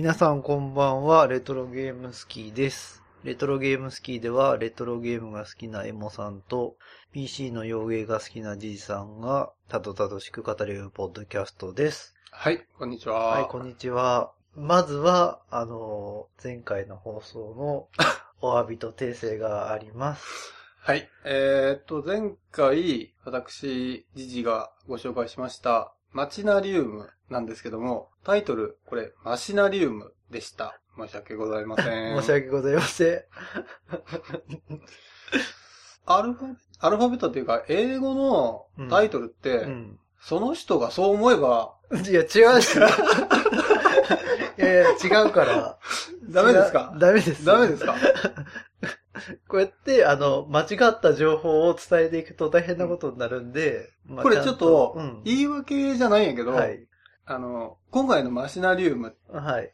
皆さんこんばんは、レトロゲームスキーです。レトロゲームスキーでは、レトロゲームが好きなエモさんと、PC の洋芸が好きなじいさんが、たどたどしく語り合うポッドキャストです。 はい、こんにちは。 はい、こんにちは。まずは、前回の放送のお詫びと訂正があります。 はい、前回、私、じじがご紹介しました、マチナリウムなんですけども、タイトル、これ、マシナリウムでした。申し訳ございません。 申し訳ございません。 アルファベットっていうか、英語のタイトルって、その人がそう思えば、 いや、違うし。いや、違うから。 ダメですか？ ダメです。 ダメですか？ こうやって、間違った情報を伝えていくと大変なことになるんで。 これちょっと、言い訳じゃないんやけど、はい、今回のマシナリウムって、はい、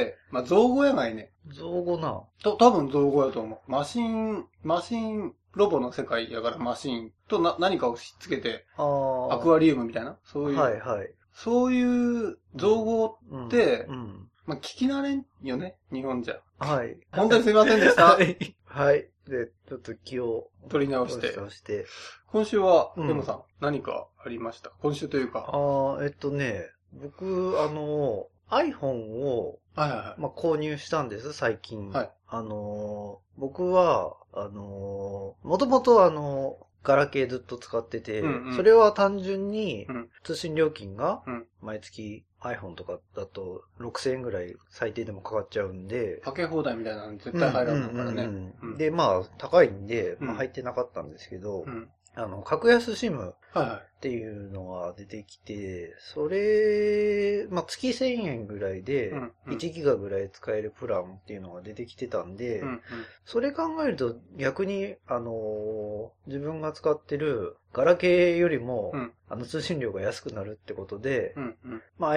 まあ、造語やないね。 造語な。 多分造語やと思う。マシンロボの世界やからマシンと何かをしっつけて、アクアリウムみたいな、そういう、はいはい、そういう造語って、まあ、聞き慣れんよね、日本じゃ。はい。本当にすいませんでした。 はい。はい。で、ちょっと気を取り直して。今週は、エモさん、何かありました？今週というか。 僕、iPhone を、 はいはいはい、 まあ、購入したんです、最近。 はい。 僕は、もともとガラケーずっと使ってて、それは単純に、通信料金が、毎月 iPhone とかだと6000円ぐらい最低でもかかっちゃうんで。 かけ放題みたいなの絶対入らないからね。 で、まあ、高いんで、まあ入ってなかったんですけど、格安SIM っていうのが出てきて、それ、まあ、月1000円ぐらいで、1ギガぐらい使えるプランっていうのが出てきてたんで、それ考えると逆に、自分が使ってるガラケーよりも、通信料が安くなるってことで、まあ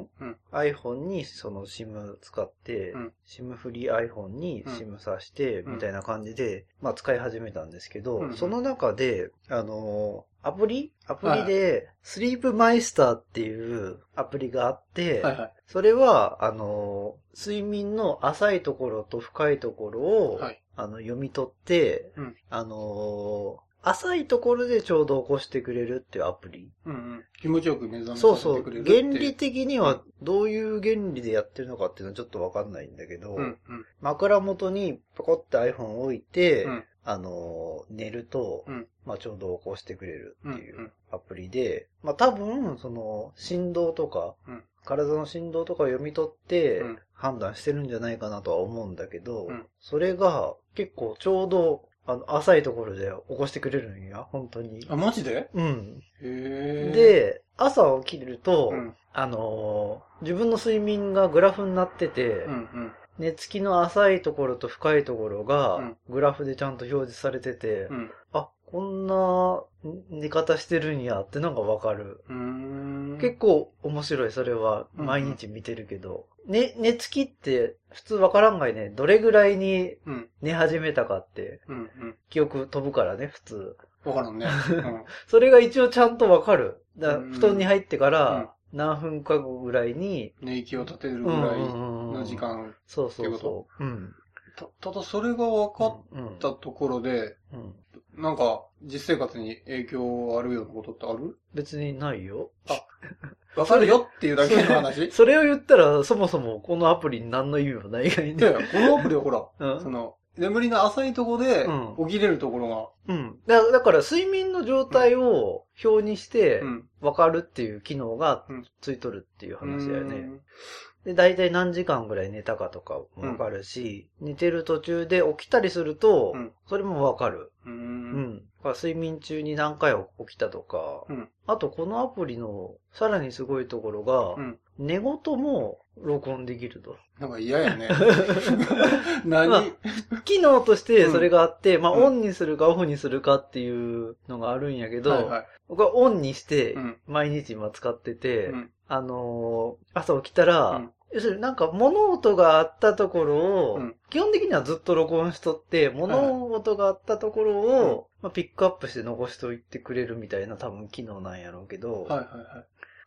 iPhone にその SIM 使って、SIM フリー iPhone に SIM 挿して、みたいな感じで、まあ使い始めたんですけど、その中で、アプリで、スリープマイスターっていうアプリがあって、それは、睡眠の浅いところと深いところを、読み取って、浅いところでちょうど起こしてくれるっていうアプリ。 気持ちよく目覚めさせてくれるって。 原理的にはどういう原理でやってるのかっていうのはちょっとわかんないんだけど、枕元にポコって iPhone を置いて、寝ると、まあちょうど起こしてくれるっていうアプリで、まあ多分、その、振動とか、体の振動とかを読み取って判断してるんじゃないかなとは思うんだけど、それが結構ちょうど浅いところで起こしてくれるんや、本当に。 あ、マジで？ うん。 へー。 で、朝起きると、自分の睡眠がグラフになってて、寝つきの浅いところと深いところが、グラフでちゃんと表示されてて、あ、こんな寝方してるんやってのがわかる。結構面白い、それは。毎日見てるけど。寝つきって普通わからんがいね。どれぐらいに寝始めたかって。記憶飛ぶからね、普通。 わからんね。 それが一応ちゃんとわかる。布団に入ってから何分か後ぐらいに。 寝息を立てるぐらいの時間。 そうそうそう。 ただそれが分かったところで、なんか実生活に影響あるようなことってある？ 別にないよ。 あ、分かるよっていうだけの話？ それを言ったらそもそもこのアプリに何の意味もないがいいね。 いやいや、このアプリはほら、その、眠りの浅いところで起きれるところが。だから睡眠の状態を表にして分かるっていう機能がついとるっていう話だよね。で、大体何時間ぐらい寝たかとかもわかるし、寝てる途中で起きたりすると、それもわかる。睡眠中に何回起きたとか、あとこのアプリのさらにすごいところが、寝言も録音できると。 なんか嫌やね。 機能としてそれがあって、まあオンにするかオフにするかっていうのがあるんやけど、僕はオンにして毎日今使ってて、朝起きたら、要するになんか物音があったところを、基本的にはずっと録音しとって、物音があったところを、まあ、ピックアップして残しといてくれるみたいな多分機能なんやろうけど、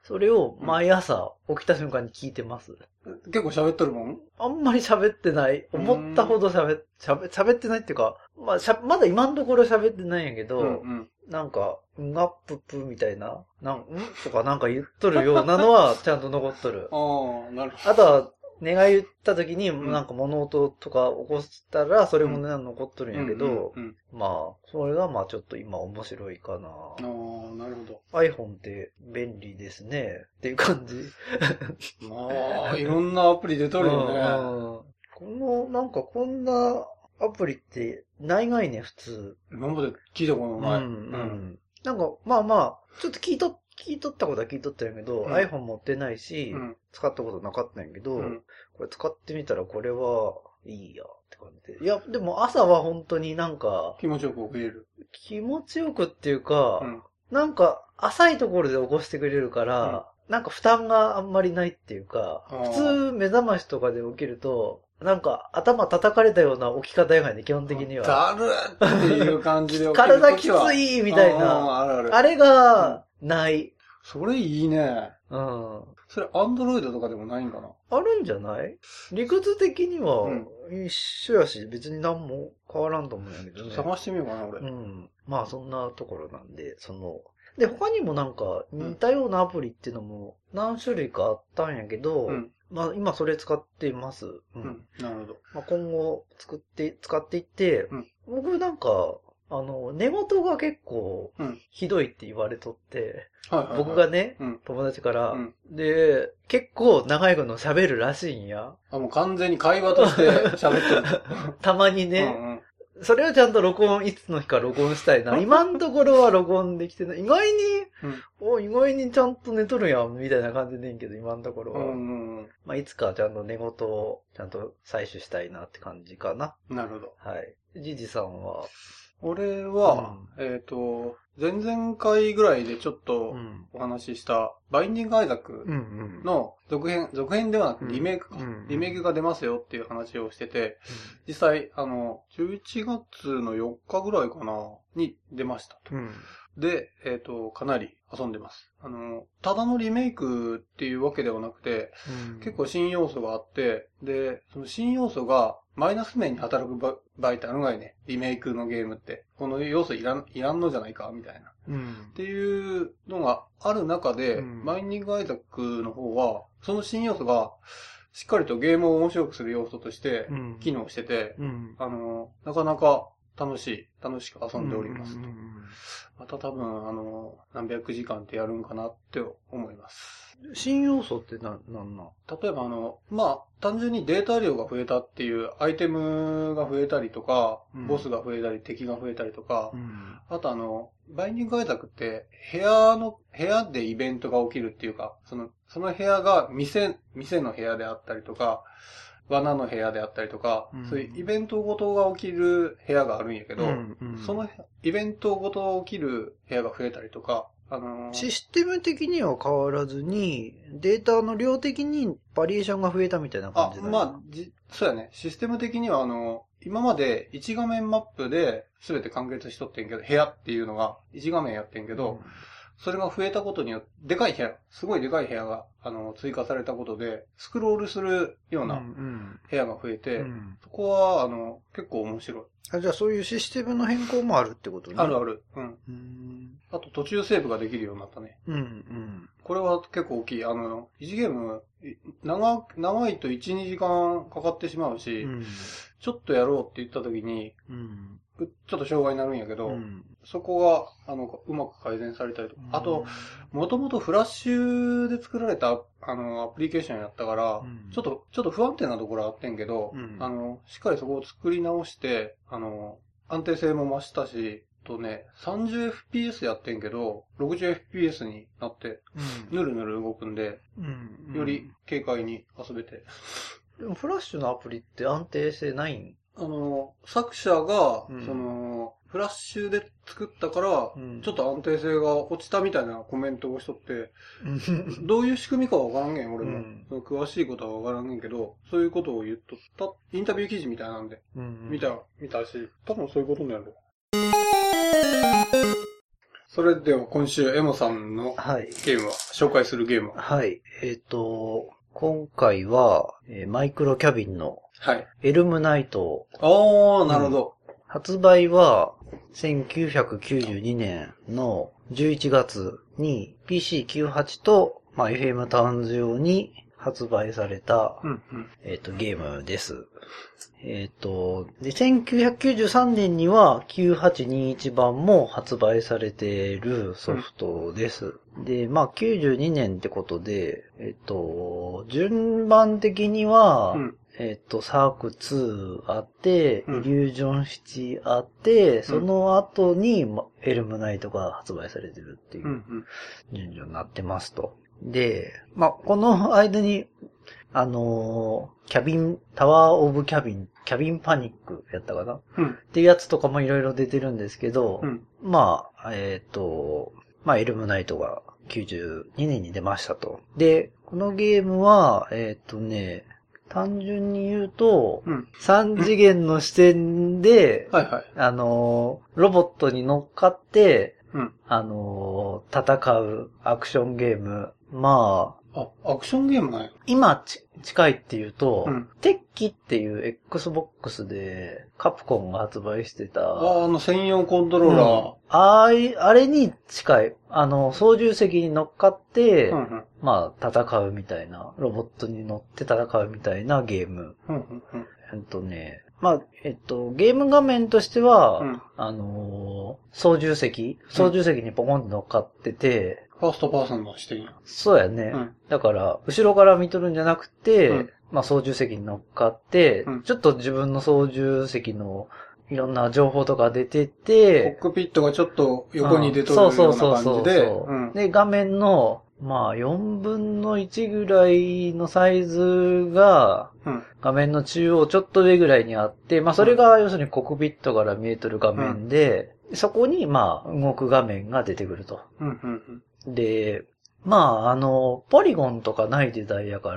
それを毎朝起きた瞬間に聞いてます。 結構喋っとるもん？ あんまり喋ってない。思ったほど喋ってないっていうか、まだ今のところ喋ってないんやけど、なんか、がっぷっぷみたいな、とかなんか言っとるようなのはちゃんと残っとる。 ああ、なるほど。 あとは、寝が言った時に、なんか物音とか起こしたら、それも残っとるんやけど、まあ、それがまあちょっと今面白いかな。 ああ、なるほど。 iPhone って便利ですね。っていう感じ。 まあ、いろんなアプリ出とるよね。 なんかこんなアプリってないがいね、普通。 今まで聞いたことない。 なんか、まあまあ、ちょっと聞いとったことは聞いとったんやけど、iPhone 持ってないし、使ったことなかったんやけど、これ使ってみたらこれはいいやって感じで。いや、でも朝は本当になんか、 気持ちよく起きれる。 気持ちよくっていうか、なんか浅いところで起こしてくれるから、なんか負担があんまりないっていうか、普通目覚ましとかで起きると、なんか頭叩かれたような起き方やがね、基本的には。 だるっていう感じで起きる体きついみたいな。あれがない。 それいいね。それアンドロイドとかでもないんかな？ あるんじゃない？理屈的には一緒やし、別に何も変わらんと思うんやけどね。 探してみようかな、俺。 まあそんなところなんで、で、他にもなんか似たようなアプリっていうのも何種類かあったんやけど、まあ今それ使ってます。 なるほど。 まあ今後使っていって、僕なんか、寝言が結構ひどいって言われとって、僕がね、友達から、で、結構長いこと喋るらしいんや。 もう完全に会話として喋ってる。 たまにね、それをちゃんと録音、いつの日か録音したいな。今のところは録音できてない。意外にちゃんと寝とるやん、みたいな感じでいいけど、今のところは。まあ、いつかちゃんと寝言をちゃんと採取したいなって感じかな。 なるほど。 はい。ジジさんは？ 俺は、前々回ぐらいでちょっとお話しした、バインディングアイザックの続編ではなくリメイクか。リメイクが出ますよっていう話をしてて、実際、11月の4日ぐらいかな、に出ましたと。で、かなり遊んでます。ただのリメイクっていうわけではなくて、結構新要素があって、で、その新要素がマイナス面に働く場合ってあるがいね、リメイクのゲームって。この要素いらんのじゃないかみたいな。っていうのがある中で、バインディングアイザックの方は、その新要素が、しっかりとゲームを面白くする要素として機能してて、なかなか楽しく遊んでおりますと。また多分、何百時間ってやるんかなって思います。 新要素ってなん例えばまあ、単純にデータ量が増えたっていうアイテムが増えたりとか、ボスが増えたり、敵が増えたりとか、あとバインディングアイザックって部屋でイベントが起きるっていうか、その部屋が店の部屋であったりとか、罠の部屋であったりとか、そういうイベントごとが起きる部屋があるんやけど、そのイベントごと起きる部屋が増えたりとか、 システム的には変わらずに、データの量的にバリエーションが増えたみたいな感じだね。 まあ、そうやね。システム的には今まで1画面マップで全て完結しとってんけど、部屋っていうのが1画面やってんけど、それが増えたことによって、すごいでかい部屋が、追加されたことで、スクロールするような部屋が増えて、そこは、結構面白い。 じゃあそういうシステムの変更もあるってことね。 ある。あと途中セーブができるようになったね。これは結構大きい。1ゲーム、長いと1、2時間かかってしまうし、ちょっとやろうって言った時に、ちょっと障害になるんやけど、そこが、うまく改善されたりとか。あと、もともとフラッシュで作られた、アプリケーションやったから、ちょっと不安定なところあってんけど、しっかりそこを作り直して、安定性も増したし、30fps やってんけど、60fps になって、ぬるぬる動くんで、より軽快に遊べて。 でもフラッシュのアプリって安定性ないん？ 作者が、フラッシュで作ったから、ちょっと安定性が落ちたみたいなコメントをしとって、どういう仕組みかはわからんげん、俺も。詳しいことはわからんげんけど、そういうことを言っとった、インタビュー記事みたいなんで、見たし、多分そういうことになる。 それでは今週、エモさんのゲームは、紹介するゲームは。 はい。今回は、マイクロキャビンの、エルムナイト。 なるほど。 発売は、1992年の11月に PC98 と、FM タウンズ用に発売された、ゲームです。で、1993年には9821版も発売されているソフトです。で、92年ってことで、順番的には、サーク2あって、イリュージョンシティあって、その後にエルムナイトが発売されてるっていう順序になってますと。で、この間に、タワーオブキャビンパニックやったかな、っていうやつとかもいろいろ出てるんですけど、エルムナイトが92年に出ましたと。で、このゲームは、単純に言うと、3次元の視点で、ロボットに乗っかって、戦うアクションゲーム。 アクションゲームない今近いっていうと、テッキっていう Xbox でカプコンが発売してた。 専用コントローラー。あれに近い。操縦席に乗っかって、戦うみたいな、ロボットに乗って戦うみたいなゲーム。ゲーム画面としては、操縦席にポコンと乗っかってて、 ファーストパーソンの視点や。 そうやね。だから、後ろから見とるんじゃなくて、操縦席に乗っかって、ちょっと自分の操縦席のいろんな情報とか出てて、 コックピットがちょっと横に出とるような感じで、 で、画面の、4分の1ぐらいのサイズが、画面の中央ちょっと上ぐらいにあって、それが要するにコックピットから見えとる画面で、そこに、動く画面が出てくると。で、ポリゴンとかない時代やから、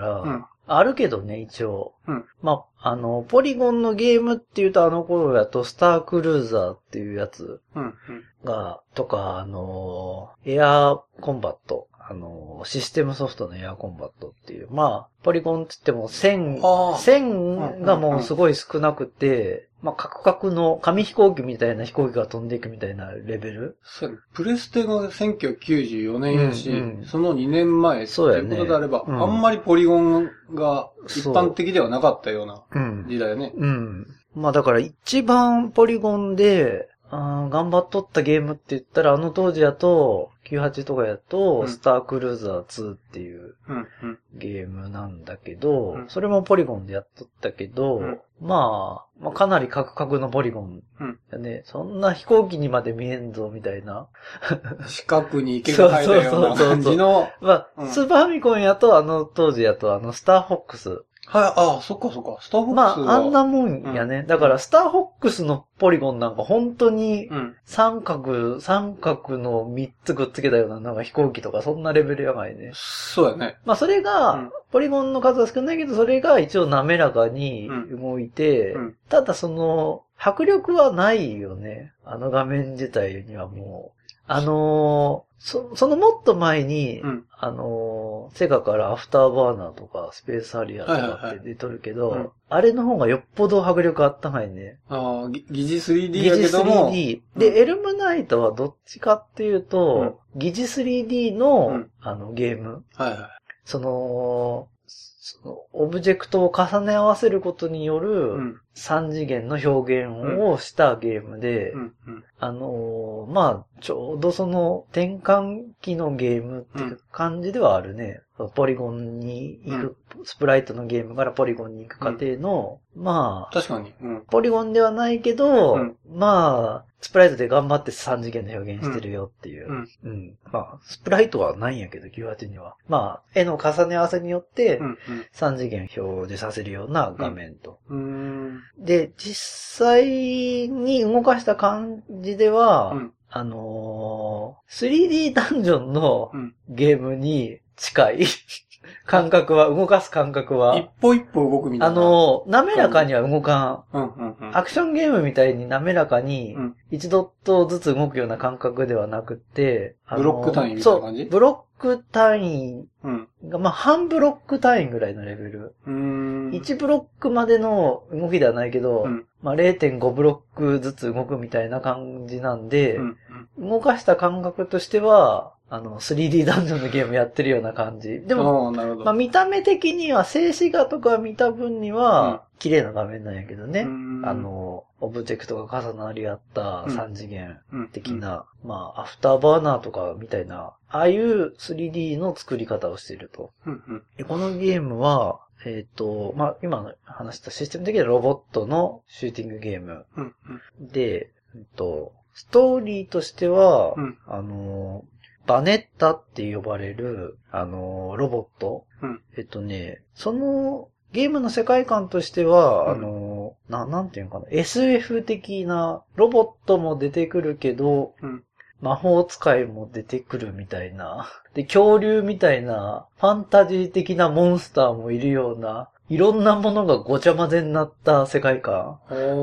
あるけどね、一応。ポリゴンのゲームって言うと頃やと、スタークルーザーっていうやつが、とか、エアーコンバット。システムソフトのエアコンバットっていう。ポリゴンって言っても線がもうすごい少なくて、カクカクの紙飛行機みたいな飛行機が飛んでいくみたいなレベル。 プレステが1994年やし、その2年前っていうことであれば、あんまりポリゴンが一般的ではなかったような時代ね。 だから一番ポリゴンで、頑張っとったゲームって言ったら、当時やと、98とかやと、スタークルーザー2っていうゲームなんだけど、それもポリゴンでやっとったけど、かなりカクカクのポリゴンだね。そんな飛行機にまで見えんぞ、みたいな。 四角に池が入ったような感じの。 スーパーファミコンやと、当時やと、スターフォックス。 そっか。スターフォックスは。 あんなもんやね。だから、スターフォックスのポリゴンなんか本当に、三角の3つくっつけたような、なんか飛行機とか、そんなレベルやばいね。 そうやね。 それが、ポリゴンの数は少ないけど、それが一応滑らかに動いて、ただ迫力はないよね。画面自体にはもう。そのもっと前に、セガからアフターバーナーとかスペースハリアーとかって出とるけど、あれの方がよっぽど迫力あったかいね。 疑似 3D やけども。 疑似 3D。で、エルムナイトはどっちかっていうと、疑似 3D の、ゲーム。オブジェクトを重ね合わせることによる3次元の表現をしたゲームで、ちょうど転換期のゲームっていう感じではあるね。ポリゴンに行く、スプライトのゲームからポリゴンに行く過程の、 確かに、 ポリゴンではないけど、スプライトで頑張って3次元の表現してるよっていう。スプライトはないんやけど、98には。絵の重ね合わせによって、3次元表示させるような画面と。で、実際に動かした感じでは、3D ダンジョンのゲームに近い。 感覚は、動かす感覚は。 一歩一歩動くみたいな。 滑らかには動かん。 アクションゲームみたいに滑らかに、一度とずつ動くような感覚ではなくて、 ブロック単位みたいな感じ？ そう、ブロック単位が、まあ、半ブロック単位ぐらいのレベル。1ブロックまでの動きではないけど、まあ、0.5 ブロックずつ動くみたいな感じなんで、動かした感覚としては、3D ダンジョンのゲームやってるような感じ。でも、まあ、見た目的には、静止画とか見た分には、綺麗な画面なんやけどね。オブジェクトが重なり合った3次元的な、まあ、アフターバーナーとかみたいな、ああいう 3D の作り方をしていると。このゲームは、まあ、今話したシステム的にはロボットのシューティングゲーム。で、ストーリーとしては、バネッタって呼ばれる、ロボット。その、ゲームの世界観としては、なんていうのかな、SF 的な、ロボットも出てくるけど、魔法使いも出てくるみたいな。で、恐竜みたいな、ファンタジー的なモンスターもいるような、いろんなものがごちゃ混ぜになった世界観。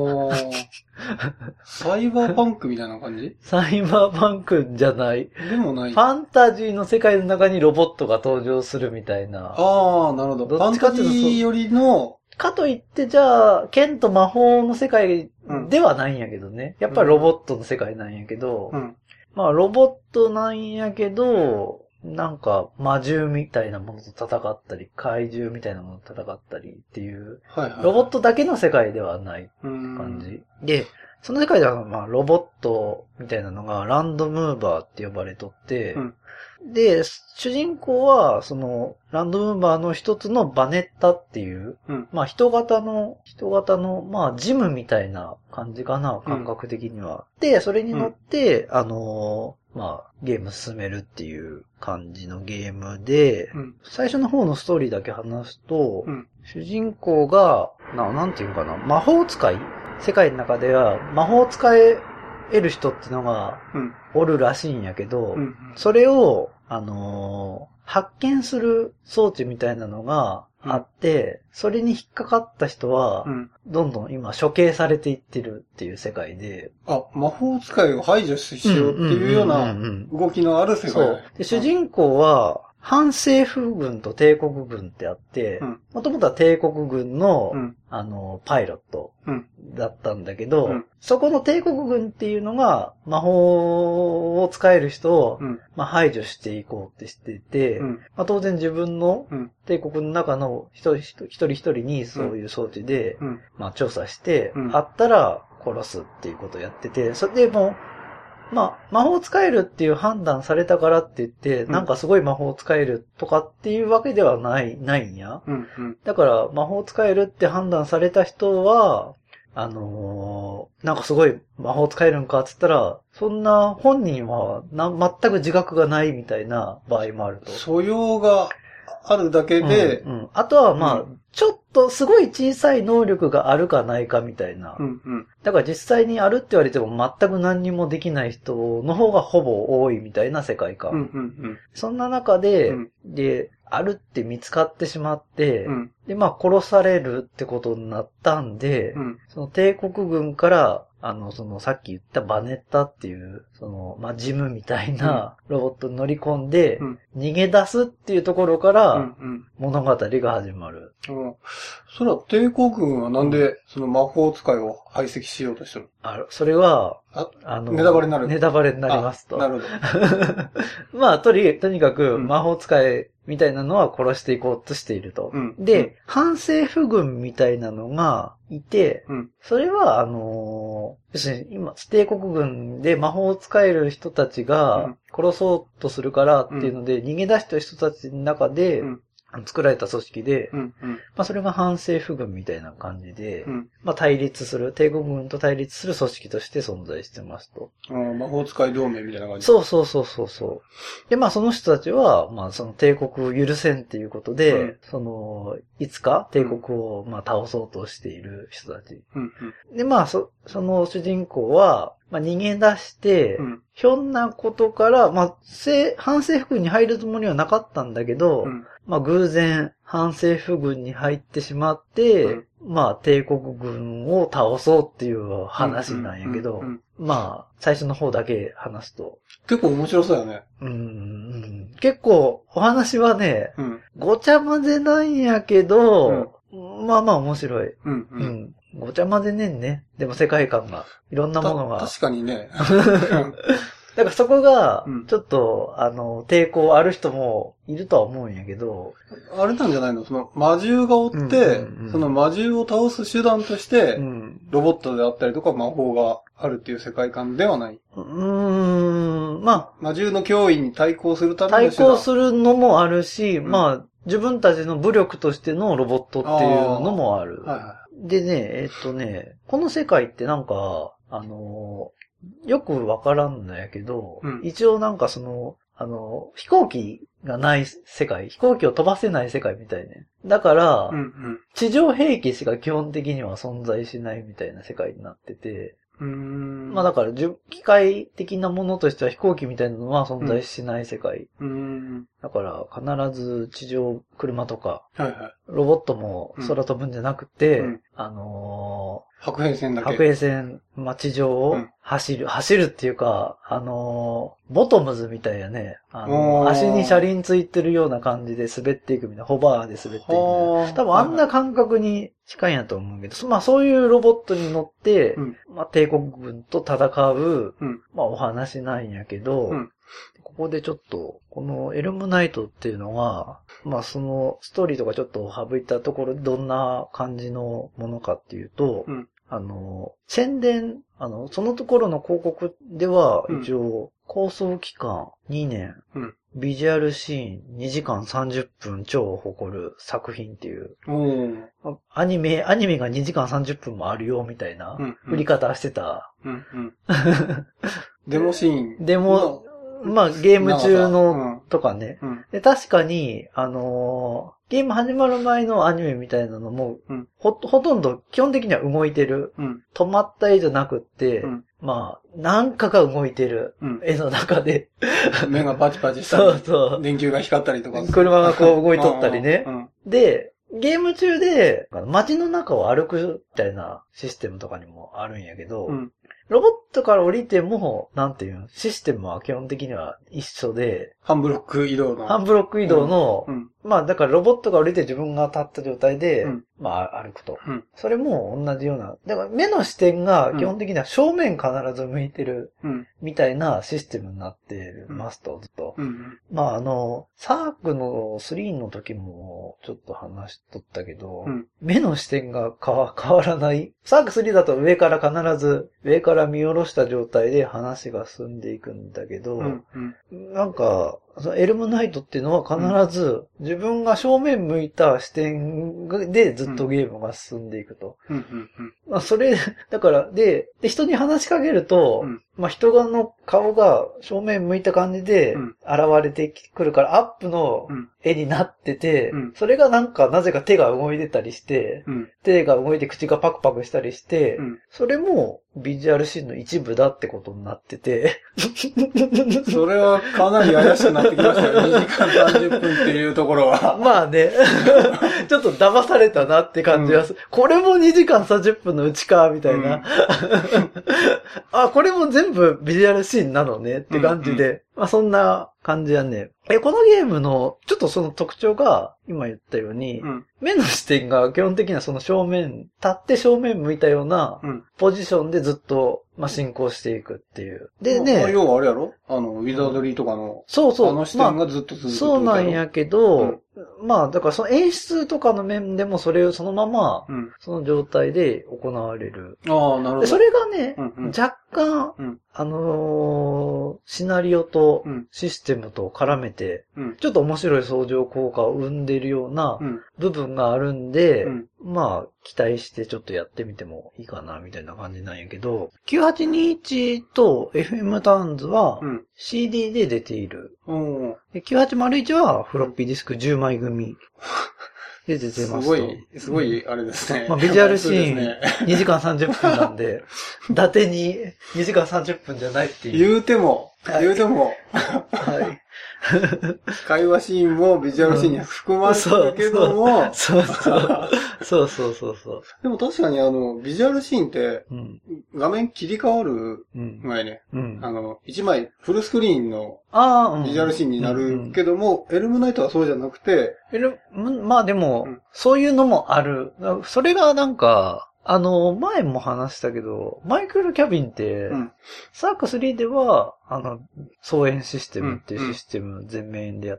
サイバーパンクみたいな感じ？ サイバーパンクじゃない。 でもない。 ファンタジーの世界の中にロボットが登場するみたいな。 ああ、なるほど。ファンタジーよりの、 かといって、じゃあ、剣と魔法の世界ではないんやけどね。やっぱりロボットの世界なんやけど、まあ、ロボットなんやけど、なんか、魔獣みたいなものと戦ったり、怪獣みたいなものと戦ったりっていう、ロボットだけの世界ではない感じ。で、その世界では、まあ、ロボットみたいなのがランドムーバーって呼ばれとって、で、主人公は、その、ランドムーバーの一つのバネッタっていう、まあ、人型の、まあ、ジムみたいな感じかな、感覚的には。で、それに乗って、まあ、ゲーム進めるっていう感じのゲームで、最初の方のストーリーだけ話すと、主人公が、なんていうかな、魔法使い？世界の中では魔法使える人っていうのがおるらしいんやけど、それを、発見する装置みたいなのがあって、それに引っかかった人は、どんどん今処刑されていってるっていう世界で。 あ、魔法使いを排除しようっていうような動きのある世界。 そう。で、主人公は、反政府軍と帝国軍ってあって、もともとは帝国軍の、パイロットだったんだけど、そこの帝国軍っていうのが魔法を使える人を、まあ、排除していこうってしてて、まあ、当然自分の帝国の中の一人一人にそういう装置で、まあ、調査して、あったら殺すっていうことをやってて、それでもう、まあ、魔法使えるっていう判断されたからって言って、なんかすごい魔法使えるとかっていうわけではないんや。だから魔法使えるって判断された人は、なんかすごい魔法使えるんかって言ったら、そんな本人は全く自覚がないみたいな場合もあると。 素養があるだけで、 あとはまあ、ちょっとすごい小さい能力があるかないかみたいな。だから実際にあるって言われても全く何にもできない人の方がほぼ多いみたいな世界観。そんな中で、あるって見つかってしまって、で、まあ殺されるってことになったんで、その帝国軍から、さっき言ったバネッタっていう、まあ、ジムみたいなロボットに乗り込んで、逃げ出すっていうところから、物語が始まる。 それは帝国軍はなんで、その魔法使いを排斥しようとしてるの？それは、 ネタバレになる。 ネタバレになりますと。 なるほど。まあ、とにかく、魔法使いみたいなのは殺していこうとしていると。で、反政府軍みたいなのがいて、それは、要するに今、帝国軍で魔法を使える人たちが殺そうとするからっていうので、逃げ出した人たちの中で、作られた組織で、まあそれが反政府軍みたいな感じで、まあ帝国軍と対立する組織として存在してますと。 魔法使い同盟みたいな感じ。 そう。で、まあその人たちは、まあその帝国を許せんっていうことで、いつか帝国をまあ倒そうとしている人たち。で、まあその主人公は、 まあ、逃げ出して、ひょんなことから、まあ、反政府軍に入るつもりはなかったんだけど、まあ、偶然、反政府軍に入ってしまって、まあ、帝国軍を倒そうっていう話なんやけど、まあ、最初の方だけ話すと。 結構面白そうだね。 結構、お話はね、ごちゃ混ぜなんやけど、まあまあ面白い。ごちゃ混ぜねんね。でも世界観が、いろんなものが。 確かにね。 だからそこが、ちょっと、抵抗ある人もいるとは思うんやけど。 あれなんじゃないの？その魔獣がおって、その魔獣を倒す手段として、ロボットであったりとか魔法があるっていう世界観ではない。 まあ。 魔獣の脅威に対抗するための手段。 対抗するのもあるし、まあ、自分たちの武力としてのロボットっていうのもある。でね、この世界ってなんか、よくわからんのやけど、一応なんか飛行機がない世界、飛行機を飛ばせない世界みたいね。だから、地上兵器しか基本的には存在しないみたいな世界になってて、まあだから、機械的なものとしては飛行機みたいなのは存在しない世界。だから、必ず地上、車とか、ロボットも空飛ぶんじゃなくて、 白兵戦だけ。 白兵戦、まあ、地上を走るっていうか、ボトムズみたいやね。足に車輪ついてるような感じで滑っていくみたいな、ホバーで滑っていくみたいな。多分あんな感覚に近いんやと思うけど、まあそういうロボットに乗って、まあ帝国軍と戦う、まあお話なんやけど、ここでちょっと、このエルムナイトっていうのが、まあそのストーリーとかちょっと省いたところでどんな感じのものかっていうと、宣伝、そのところの広告では、一応、構想期間2年、ビジュアルシーン2時間30分超を誇る作品っていう、アニメが2時間30分もあるよみたいな振り方してた。 デモシーン。 デモ、まあゲーム中のとかね。で確かに、ゲーム始まる前のアニメみたいなのも、ほとんど基本的には動いてる。止まった絵じゃなくって、まあ、なんかが動いてる。絵の中で。 目がパチパチしたり。電球が光ったりとか。 車がこう動いとったりね。で、ゲーム中で街の中を歩くみたいなシステムとかにもあるんやけど、ロボットから降りても、なんていうの、システムは基本的には一緒で、 半ブロック移動の、まあだからロボットが降りて自分が立った状態で、まあ歩くと。それも同じような、だから目の視点が基本的には正面必ず向いてる、みたいなシステムになってますと、ずっと。まあサークの3の時もちょっと話しとったけど、目の視点が変わらない。サーク3だと上から見下ろした状態で話が進んでいくんだけど、なんか、そのエルムナイトっていうのは必ず自分が正面向いた視点でずっとゲームが進んでいくと。まあそれ、だから、で、人に話しかけると、まあ人の顔が正面向いた感じで現れてくるからアップの絵になってて、それがなんかなぜか手が動いてたりして、手が動いて口がパクパクしたりして、それもビジュアルシーンの一部だってことになってて。 それはかなり怪しくなってきましたよ。2時間30分っていうところは。 まあね。ちょっと騙されたなって感じはする。これも2時間30分のうちか、みたいな。あ、これも全部ビジュアルシーンなのねって感じで。まあそんな感じやね。このゲームのちょっとその特徴が今言ったように、目の視点が基本的にはその立って正面向いたようなポジションでずっとまあ進行していくっていう。でね。 要はあれやろ？ウィザードリーとかの。 そうそう。 あの視点がずっと続く。 そうなんやけど、まあだからその演出とかの面でもそれをそのまま、その状態で行われる。 ああ、なるほど。 それがね、若干、シナリオとシステムと絡めて、ちょっと面白い相乗効果を生んでいるような部分があるんで、まあ、期待してちょっとやってみてもいいかな、みたいな感じなんやけど、9821と FM ターンズは CD で出ている。9801はフロッピーディスク10枚組で出てますと。 すごい、あれですね。 まあ、ビジュアルシーン2時間30分なんで、 伊達に2時間30分じゃないっていう。 言うても、はい、はい。会話シーンもビジュアルシーンに含まれてるけども、 そうそう。 でも確かにビジュアルシーンって、画面切り替わる前ね、1枚フルスクリーンのビジュアルシーンになるけども、エルムナイトはそうじゃなくて、 まあでも、そういうのもある。それがなんか、前も話したけど、マイクル・キャビンって、サーク3では、総演システムっていうシステム全面でやって、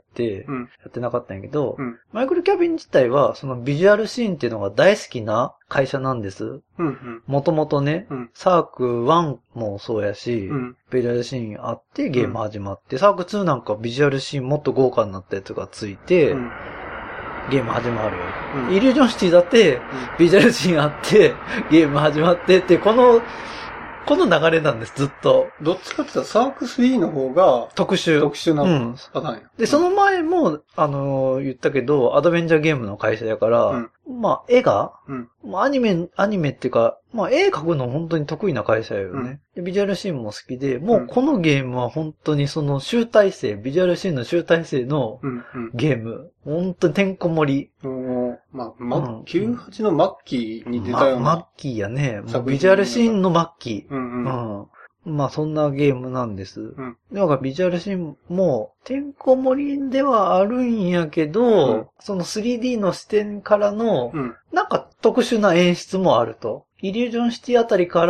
やってなかったんやけど、マイクル・キャビン自体は、そのビジュアルシーンっていうのが大好きな会社なんです。もともとね、サーク1もそうやし、ビジュアルシーンあってゲーム始まって、サーク2なんかビジュアルシーンもっと豪華になったやつがついて、ゲーム始まる。イリュージョンシティだって、ビジュアルシーンあって、ゲーム始まってって、この流れなんです、ずっと。 どっちかって言ったらサーク3の方が特殊なパターンや。 で、その前も、言ったけど、アドベンチャーゲームの会社だから、まあ、絵が、アニメっていうか、まあ、絵描くの本当に得意な会社よね。でビジュアルシーンも好きで、もうこのゲームは本当にその集大成、ビジュアルシーンの集大成のゲーム。本当にてんこ盛り。 まあ、98の末期に出たような。 末期やね。もうビジュアルシーンの末期。まあそんなゲームなんです。だからビジュアルシーンもてんこ盛りではあるんやけど、その 3D の視点からの、なんか特殊な演出もあると。イリュージョンシティあたりから、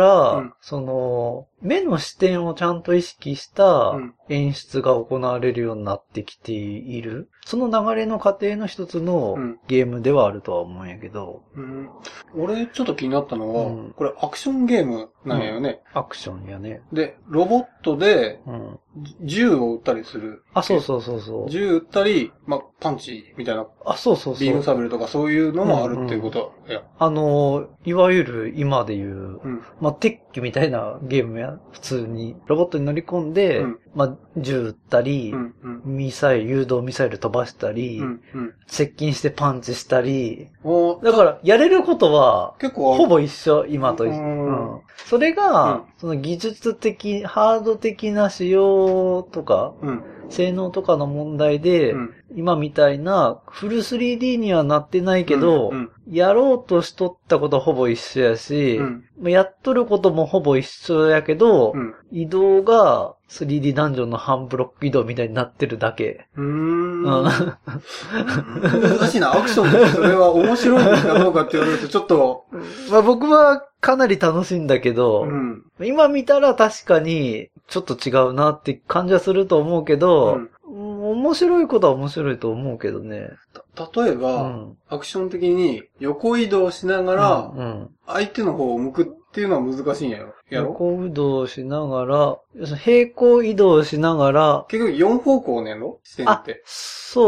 その、目の視点をちゃんと意識した演出が行われるようになってきている。その流れの過程の一つのゲームではあるとは思うんやけど。 俺ちょっと気になったのは、これアクションゲームなんやよね。 アクションやね。 で、ロボットで、銃を撃ったりする。 そう。 銃撃ったり、まあ、パンチみたいな。 そう。 ビームサベルとかそういうのもあるっていうことや。 いわゆる今で言う、まあ、鉄器みたいなゲームや、普通に。ロボットに乗り込んで、まあ、銃撃ったり、誘導ミサイル飛ばしたり、接近してパンチしたり。だから、やれることは、結構ほぼ一緒、今と一緒。それが、その技術的、ハード的な仕様とか、性能とかの問題で、今みたいなフル 3D にはなってないけど、やろうとしとったことはほぼ一緒やし、やっとることもほぼ一緒やけど、移動が 3D ダンジョンの半ブロック移動みたいになってるだけ。 難しいな、アクションってそれは面白いのかどうかって言われるとちょっと。 まあ僕はかなり楽しいんだけど、今見たら確かにちょっと違うなって感じはすると思うけど、面白いことは面白いと思うけどね。 例えば、アクション的に横移動しながら、相手の方を向くっていうのは難しいんやろ。 横移動しながら、平行移動しながら、 結局4方向ねんの視点って。 そう。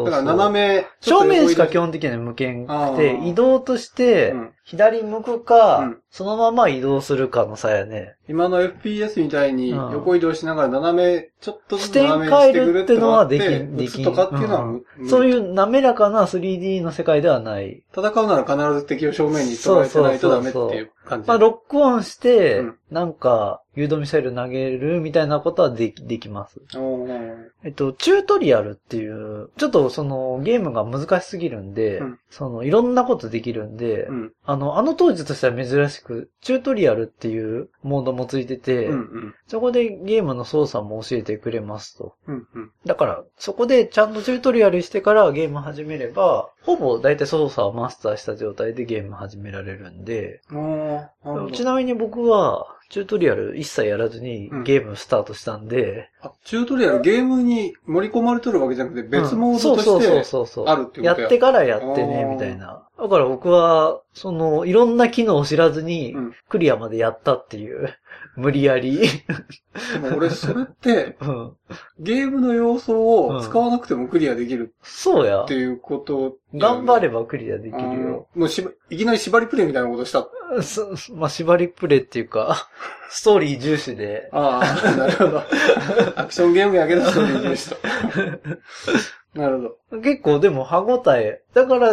だから斜め、 正面しか基本的には向けんくて、移動として、左向くか、そのまま移動するかの差やね。 今の FPS みたいに横移動しながら斜め、ちょっとずつ斜めしてくるってのはできん。 とかっていうのは、 そういう滑らかな 3D の世界ではない。 戦うなら必ず敵を正面に捉えてないとダメっていう感じ。 まあ、ロックオンして、なんか、誘導ミサイル投げるみたいなことはできます。チュートリアルっていう、ちょっとそのゲームが難しすぎるんで、いろんなことできるんで、あの当時としては珍しく、チュートリアルっていうモードもついてて、そこでゲームの操作も教えてくれますと。だから、そこでちゃんとチュートリアルしてからゲーム始めれば、ほぼ大体操作をマスターした状態でゲーム始められるんで、ちなみに僕は、チュートリアル一切やらずにゲームスタートしたんで、 チュートリアルゲームに盛り込まれとるわけじゃなくて別モードとしてあるっていうことやってからやってね、みたいな。だから僕は、いろんな機能を知らずに、クリアまでやったっていう、無理やり。 でも俺、それって、ゲームの要素を使わなくてもクリアできる。 そうや。 っていうこと。 頑張ればクリアできるよ。 もういきなり縛りプレイみたいなことした。 まあ、縛りプレイっていうか、ストーリー重視で。 なるほど。アクションゲームやけどストーリー重視と。なるほど。 結構でも歯応え。だから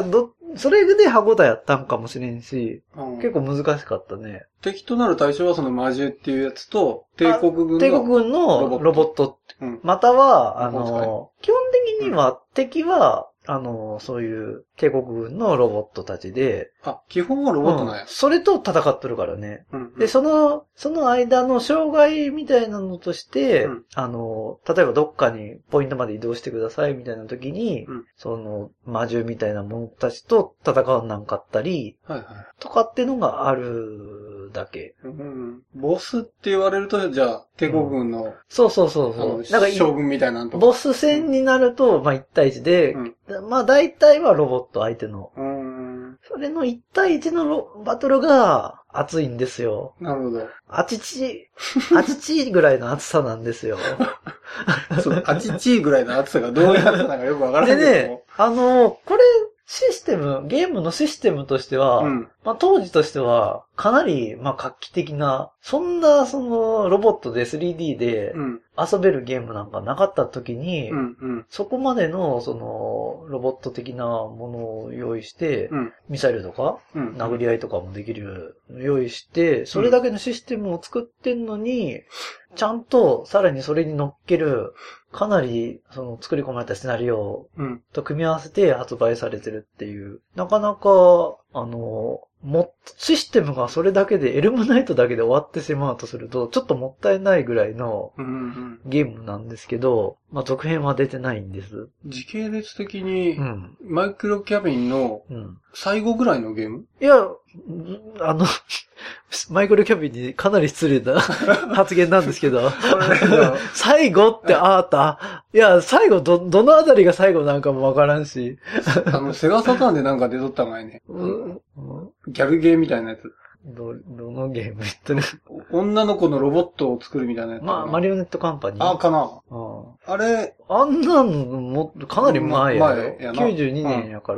それで歯応えやったんかもしれんし、結構難しかったね。 敵となる対象はその魔獣っていうやつと、帝国軍のロボット。または、基本的には敵は、そういう帝国軍のロボットたちで。 基本はロボットなんや。 それと戦ってるからね。で、その間の障害みたいなのとして、例えばどっかにポイントまで移動してくださいみたいな時に、その魔獣みたいなものたちと戦わなんかったり、とかってのがあるだけ。 ボスって言われると、じゃあ、帝国軍の、 そう。 なんか将軍みたいなのとか。 ボス戦になると、1対1で、大体はロボット相手の。それの1対1のバトルが熱いんですよ。 なるほど。 あちちぐらいの熱さなんですよ。 そう、あちちぐらいの熱さがどういう熱さなのかよくわからないけど。でね、 これ、ゲームのシステムとしては、当時としては、かなり、画期的な、そんな、ロボットで 3D で遊べるゲームなんかなかった時に、そこまでの、ロボット的なものを用意して、ミサイルとか、殴り合いとかもできる用意して、それだけのシステムを作ってんのに、ちゃんと、さらにそれに乗っける、かなり、作り込まれたシナリオと組み合わせて発売されてるっていう、なかなか、システムがそれだけで、エルムナイトだけで終わってしまうとすると、ちょっともったいないぐらいのゲームなんですけど、続編は出てないんです。 時系列的に、マイクロキャビンの最後ぐらいのゲーム？ いや、マイクロキャビンにかなり失礼な発言なんですけど、最後っていや、最後どのあたりが最後なんかもわからんし。 セガサターンでなんか出とったがいね。ギャルゲーみたいなやつ。 どのゲーム言ってる？ 女の子のロボットを作るみたいなやつ。 マリオネットカンパニー。 かな。あれ。 あんなのも、かなり前やろ。92年やから、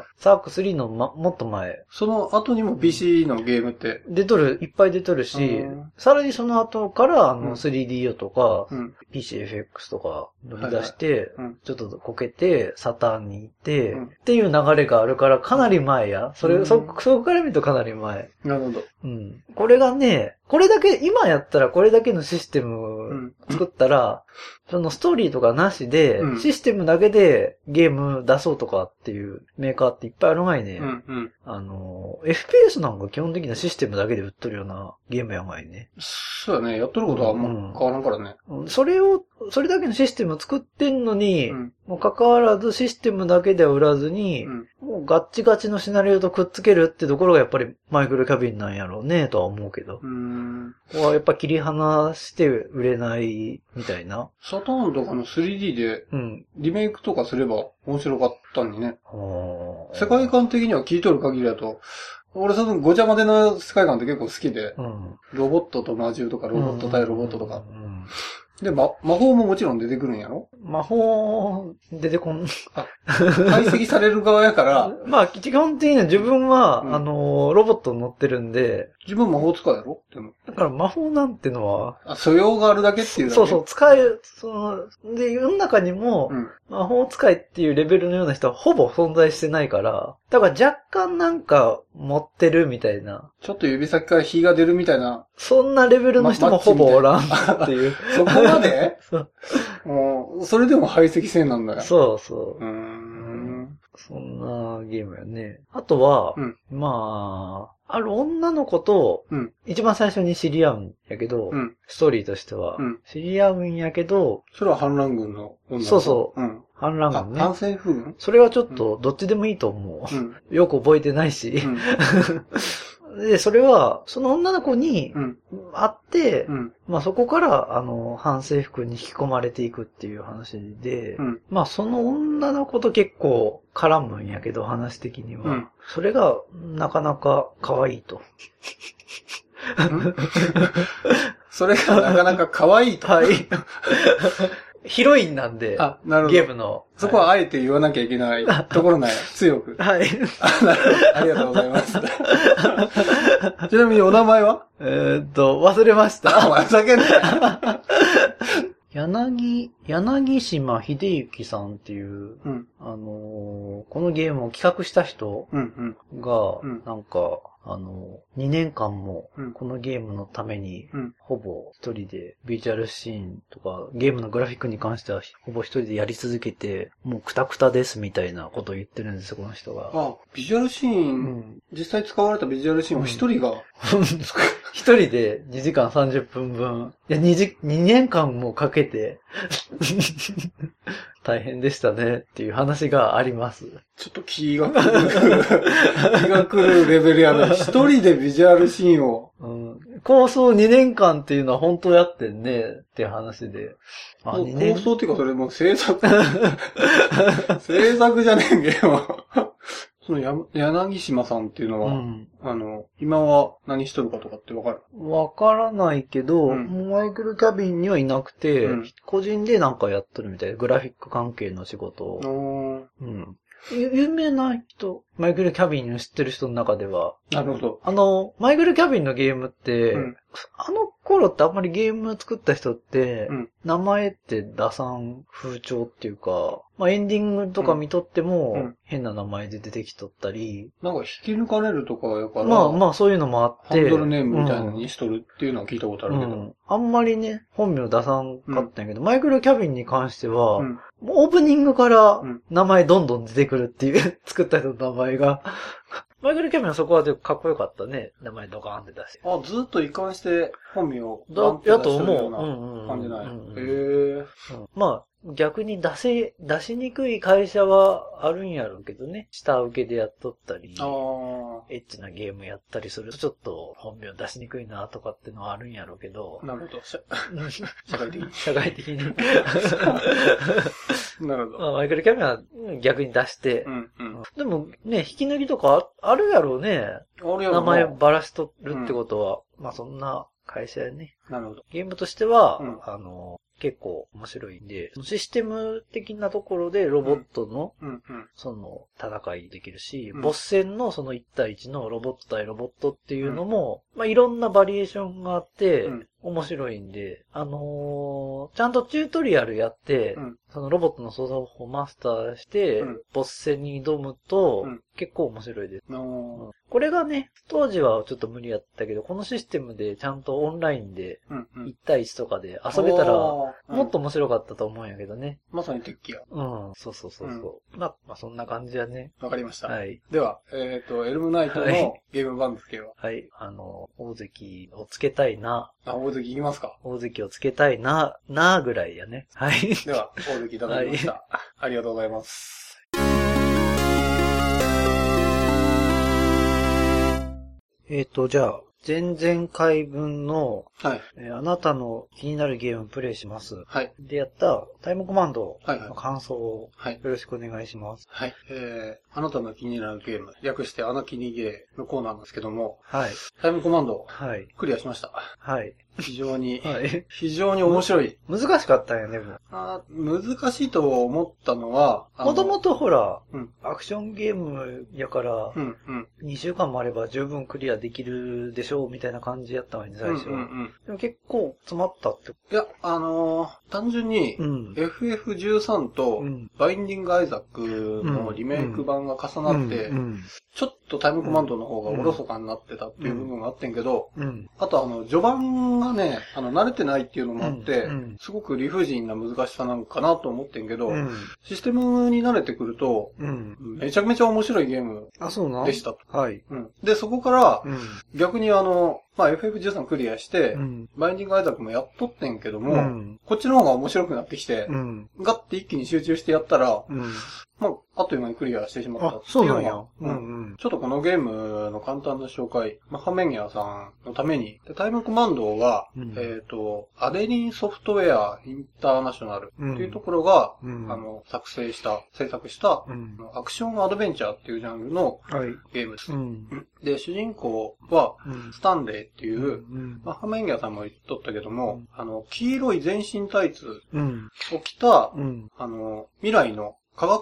サーク3のもっと前。 その後にも PC のゲームって。 いっぱい出とるし、さらにその後から、3DO とか、PCFX とか乗り出して、ちょっとこけて、サターンに行って、っていう流れがあるから、かなり前や。そこから見るとかなり前。 なるほど。 これがね、今やったらこれだけのシステム作ったら、そのストーリーとかなしで、システムだけでゲーム出そうとかっていうメーカーっていっぱいあるがいね。FPS なんか基本的なシステムだけで売っとるようなゲームやがいね。 そうだね。やっとることはあんま変わらんからね。 それだけのシステムを作ってんのに、もう関わらずシステムだけでは売らずに、もうガッチガチのシナリオとくっつけるってところがやっぱりマイクロキャビンなんやろうねとは思うけど。やっぱ切り離して売れないみたいな。 サターンとかの 3D で、リメイクとかすれば面白かったんにね。世界観的には聞いとる限りだと、俺そのごちゃ混ぜの世界観って結構好きで、ロボットと魔獣とかロボット対ロボットとか。で、魔法ももちろん出てくるんやろ？ 魔法、出てこん。 解析される側やから。 基本的には自分は、ロボット乗ってるんで。 自分魔法使うやろ？ だから魔法なんてのは。 素養があるだけっていうだけ。 そう、使える、で、世の中にも、魔法使いっていうレベルのような人はほぼ存在してないから、だから若干なんか持ってるみたいな。 ちょっと指先から火が出るみたいな。 そんなレベルの人もほぼおらんっていう。 そこまでそれでも排斥性なんだよ。 そう。そんなゲームやね。あとは、ある女の子と、一番最初に知り合うんやけど、ストーリーとしては、知り合うんやけど、 それは反乱軍の女の子。 そう。反乱軍ね。 反政府軍？ それはちょっとどっちでもいいと思う。よく覚えてないし。で、それは、その女の子に会って、そこから、反政府軍に引き込まれていくっていう話で、その女の子と結構絡むんやけど、話的には。それが、なかなか可愛いと。 それがなかなか可愛いと。 はい。ヒロインなんで、 なるほどゲームの。 そこはあえて言わなきゃいけないところなんや、強く。 はい。 ありがとうございます。ちなみにお名前は？ 忘れました。 ふざけんなよ。 い柳島秀幸さんっていう、うん、このゲームを企画した人が、なんか、2年間もこのゲームのためにほぼ一人でビジュアルシーンとかゲームのグラフィックに関してはほぼ一人でやり続けてもうクタクタですみたいなことを言ってるんですよ、この人が。 あ、ビジュアルシーン、実際使われたビジュアルシーンを一人が、 一人で2時間30分分、いや2年間もかけて大変でしたねっていう話があります。 ちょっと気が来るレベルやな。一人でビジュアルシーンを。 構想2年間っていうのは本当やってんねって話で。 構想っていうかそれもう制作じゃねえけど。その柳島さんっていうのは、今は何しとるかとかってわかる？ わからないけど、マイケル・キャビンにはいなくて、個人でなんかやっとるみたいで、グラフィック関係の仕事を。有名な人、マイケル・キャビンを知ってる人の中では。 なるほど。 マイケル・キャビンのゲームって、あの頃ってあんまりゲーム作った人って、名前って打算風潮っていうか、まあエンディングとか見とっても、変な名前で出てきとったり。 なんか引き抜かれるとかやから。 まあそういうのもあって。 ハンドルネームみたいなのにしとるっていうのは聞いたことあるけど。 あんまりね、本名出さんかったんやけど、マイケル・キャビンに関しては、オープニングから名前どんどん出てくるっていう、作った人の名前が。マイケル・キャビンはそこはかっこよかったね。名前ドカーンって出して。 あ、ずっと一貫して本名をやと思う。 感じない。 まあ、逆に出しにくい会社はあるんやろうけどね。下請けでやっとったり、エッチなゲームやったりするとちょっと本名出しにくいなとかってのはあるんやろうけど。 なるほど。社会的に。 なるほど。 マイケル・キャビンは逆に出して。でもね、引き抜きとかあるやろうね。名前ばらしとるってことは。まあそんな会社やね。 なるほど。 ゲームとしては、結構面白いんで、システム的なところでロボットの、戦いできるし、ボス戦のその1対1のロボット対ロボットっていうのも、まあ、いろんなバリエーションがあって、面白いんで、ちゃんとチュートリアルやって、そのロボットの操作方法をマスターして、ボス戦に挑むと、結構面白いです。これがね、当時はちょっと無理やったけど、このシステムでちゃんとオンラインで、1対1とかで遊べたら、もっと面白かったと思うんやけどね。 まさに鉄器や。 そう。まあそんな感じやね。 わかりました。 はい。 では、エルムナイトのゲーム番付は？ はい。大関をつけたいな。 大関いきますか？ 大関をつけたいなぐらいやね。はい。 では、大関いただきました。ありがとうございます。 じゃあ、前々回分の、 はい。 あなたの気になるゲームをプレイします。 はい。 でやったタイムコマンドの感想を、よろしくお願いします。 はい。あなたの気になるゲーム、略してアナキニゲーのコーナーなんですけども、 はい。 タイムコマンド、 はい。 クリアしました。 はい。 非常に、 はい、 非常に面白い。 難しかったんよね、 難しいと思ったのは、 もともとほら、アクションゲームやから、2週間もあれば十分クリアできるでしょうみたいな感じやったのに、最初は。でも結構詰まったって。 いや、単純に、FF13 と、バインディングアイザックのリメイク版が重なって、ちょっとタイムコマンドの方がおろそかになってたっていう部分があってんけど、あと序盤がね、慣れてないっていうのもあって、すごく理不尽な難しさなんかなと思ってんけど、システムに慣れてくると、めちゃめちゃ面白いゲームでしたと。 はい。 で、そこから、逆にFF13 クリアして、バインディングアイザックもやっとってんけども、こっちの方が面白くなってきて、ガッて一気に集中してやったら、あっという間にクリアしてしまったっていうのが、ちょっとこのゲームの簡単な紹介、ハメンヤさんのために、タイムコマンドは、アデリンソフトウェアインターナショナルっていうところが、制作した、アクションアドベンチャーっていうジャンルのゲームです。で、主人公は、スタンレーっていう、ハメンヤさんも言っとったけども、黄色い全身タイツを着た、未来の科学者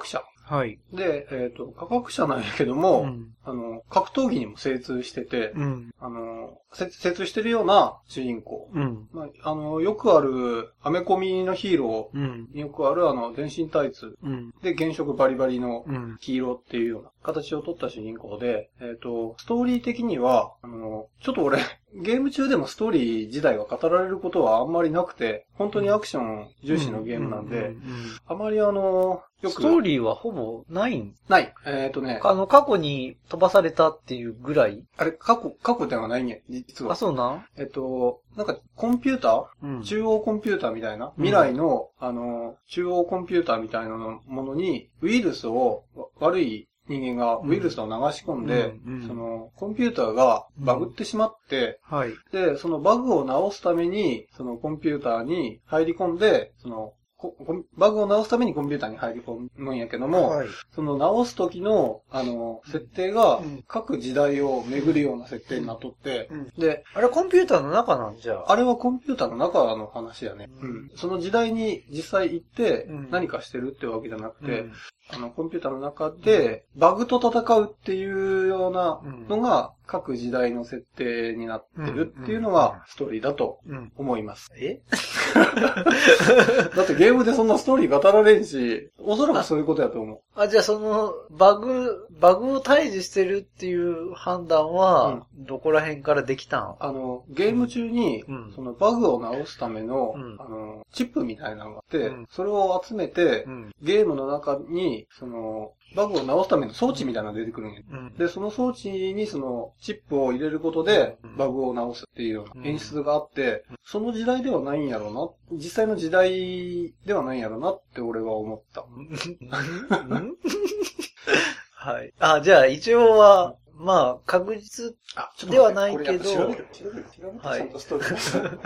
はい。 で、科学者なんやけども、格闘技にも精通してて、精通してるような主人公。よくある、アメコミのヒーロー、よくある全身タイツ、で、原色バリバリの黄色っていうような形を取った主人公で、ストーリー的には、ちょっと俺、ゲーム中でもストーリー自体が語られることはあんまりなくて、本当にアクション重視のゲームなんで、あまりよく。 ストーリーはほぼないん？ ない。 過去に飛ばされたっていうぐらい？ あれ、過去ではないね、実は。 あ、そうなん？ なんか、コンピューター、中央コンピューターみたいな、未来の、中央コンピューターみたいなものに、ウイルスを、悪い人間がウイルスを流し込んで、コンピューターがバグってしまって、で、そのバグを直すために、そのコンピューターに入り込んで、バグを直すためにコンピューターに入り込むんやけども、その直す時の、設定が、各時代を巡るような設定になっとって、 で、あれコンピューターの中なんじゃ？ あれはコンピューターの中の話やね。その時代に実際行って、何かしてるってわけじゃなくて、コンピューターの中で、バグと戦うっていうようなのが、各時代の設定になってるっていうのがストーリーだと思います。だってゲームでそんなストーリー語られんし、おそらくそういうことやと思う。 じゃあその、バグを退治してるっていう判断は、どこら辺からできたん？ ゲーム中に、そのバグを直すための、チップみたいなのがあって、それを集めて、ゲームの中に、その、バグを直すための装置みたいなのが出てくるんや。で、その装置にそのチップを入れることでバグを直すっていうような演出があって、その時代ではないんやろうな。実際の時代ではないんやろうなって俺は思った。 はい。じゃあ一応は、まあ、確実ではないけど。 調べる。ちゃんとストーリー。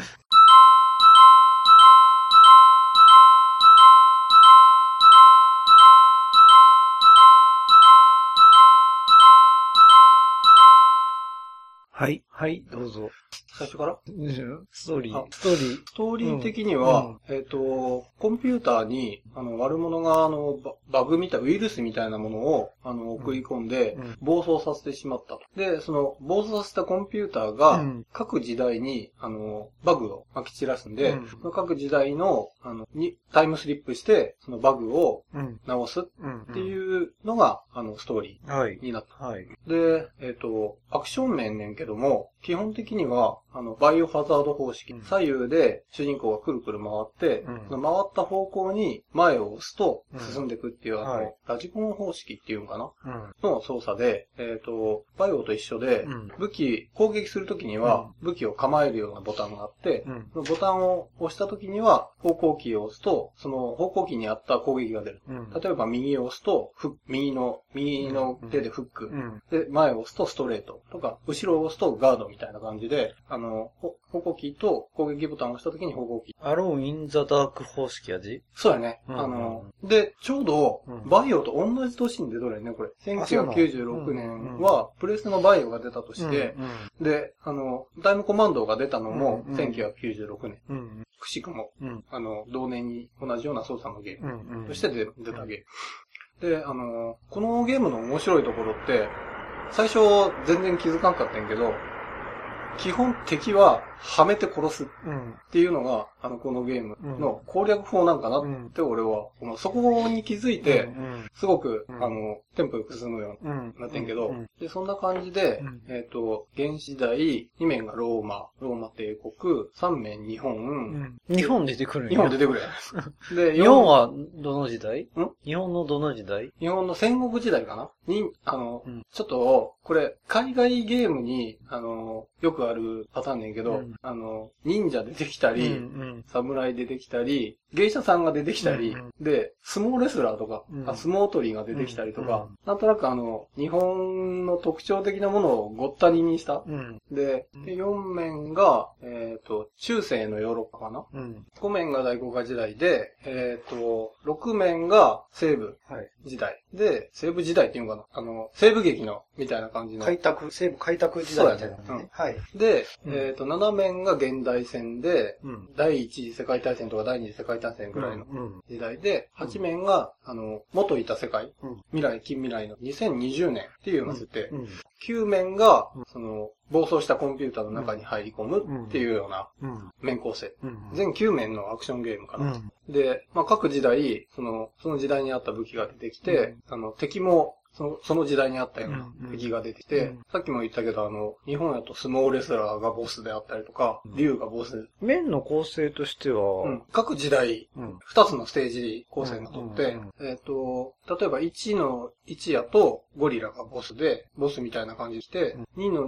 はい、どうぞ。 最初からストーリー的には、コンピューターに、悪者が、バグみたい、ウイルスみたいなものを、送り込んで、暴走させてしまったと。で、その、暴走させたコンピューターが、各時代に、バグを撒き散らすんで、その各時代の、タイムスリップして、そのバグを直すっていうのが、ストーリーになった。で、アクション面ねんけども、基本的には、バイオハザード方式。左右で主人公がくるくる回って、その回った方向に前を押すと進んでいくっていう、ラジコン方式っていうのかな、の操作で、バイオと一緒で、攻撃するときには武器を構えるようなボタンがあって、そのボタンを押したときには方向キーを押すと、その方向キーに合った攻撃が出る。例えば右を押すと、右の手でフック。で、前を押すとストレート。とか、後ろを押すとガードみたいな感じで、方向キーと攻撃ボタンを押したときに方向キー。 アローン・イン・ザ・ダーク方式やじ？ そうやね。で、ちょうど、バイオと同じ年に出とるよね、これ。1996年は、プレステのバイオが出たとして、で、タイムコマンドが出たのも、1996年。くしくも、同年に同じような操作のゲームとして出たゲーム。で、このゲームの面白いところって、最初全然気づかんかったんやけど、基本敵ははめて殺すっていうのが、このゲームの攻略法なんかなって俺は、そこに気づいて、すごく、テンポよく進むようになってんけど、で、そんな感じで、原始時代、2面がローマ帝国、3面日本。 日本出てくるんや。 日本出てくる。 で、日本はどの時代？日本のどの時代？ 日本の戦国時代かなに、ちょっと、これ、海外ゲームに、よくあるパターンねんけど、忍者出てきたり、侍出てきたり、芸者さんが出てきたり、で、相撲レスラーとか、相撲取りが出てきたりとか、なんとなく日本の特徴的なものをごったににした。で、4面が、中世のヨーロッパかな。5面が大航海時代で、6面が西部時代。で、西部時代っていうのかな。西部劇の、みたいな感じの。 西部開拓時代みたいなね。 で、7面が現代戦で、第一次世界大戦とか第二次世界大ちゃん線ぐらいの時代で、8面が、元いた世界、未来、近未来の2020年っていうのが出て、9面が、暴走したコンピューターの中に入り込むっていうような面構成。全9面のアクションゲームかな。で、まあ、各時代、その時代にあった武器が出てきて、敵も、その時代にあったような敵が出てきて、さっきも言ったけど、日本だと相撲レスラーがボスであったりとか、竜がボス。 面の構成としては、 各時代、2つのステージ構成にとって、例えば1やとゴリラがボスで、ボスみたいな感じで、1の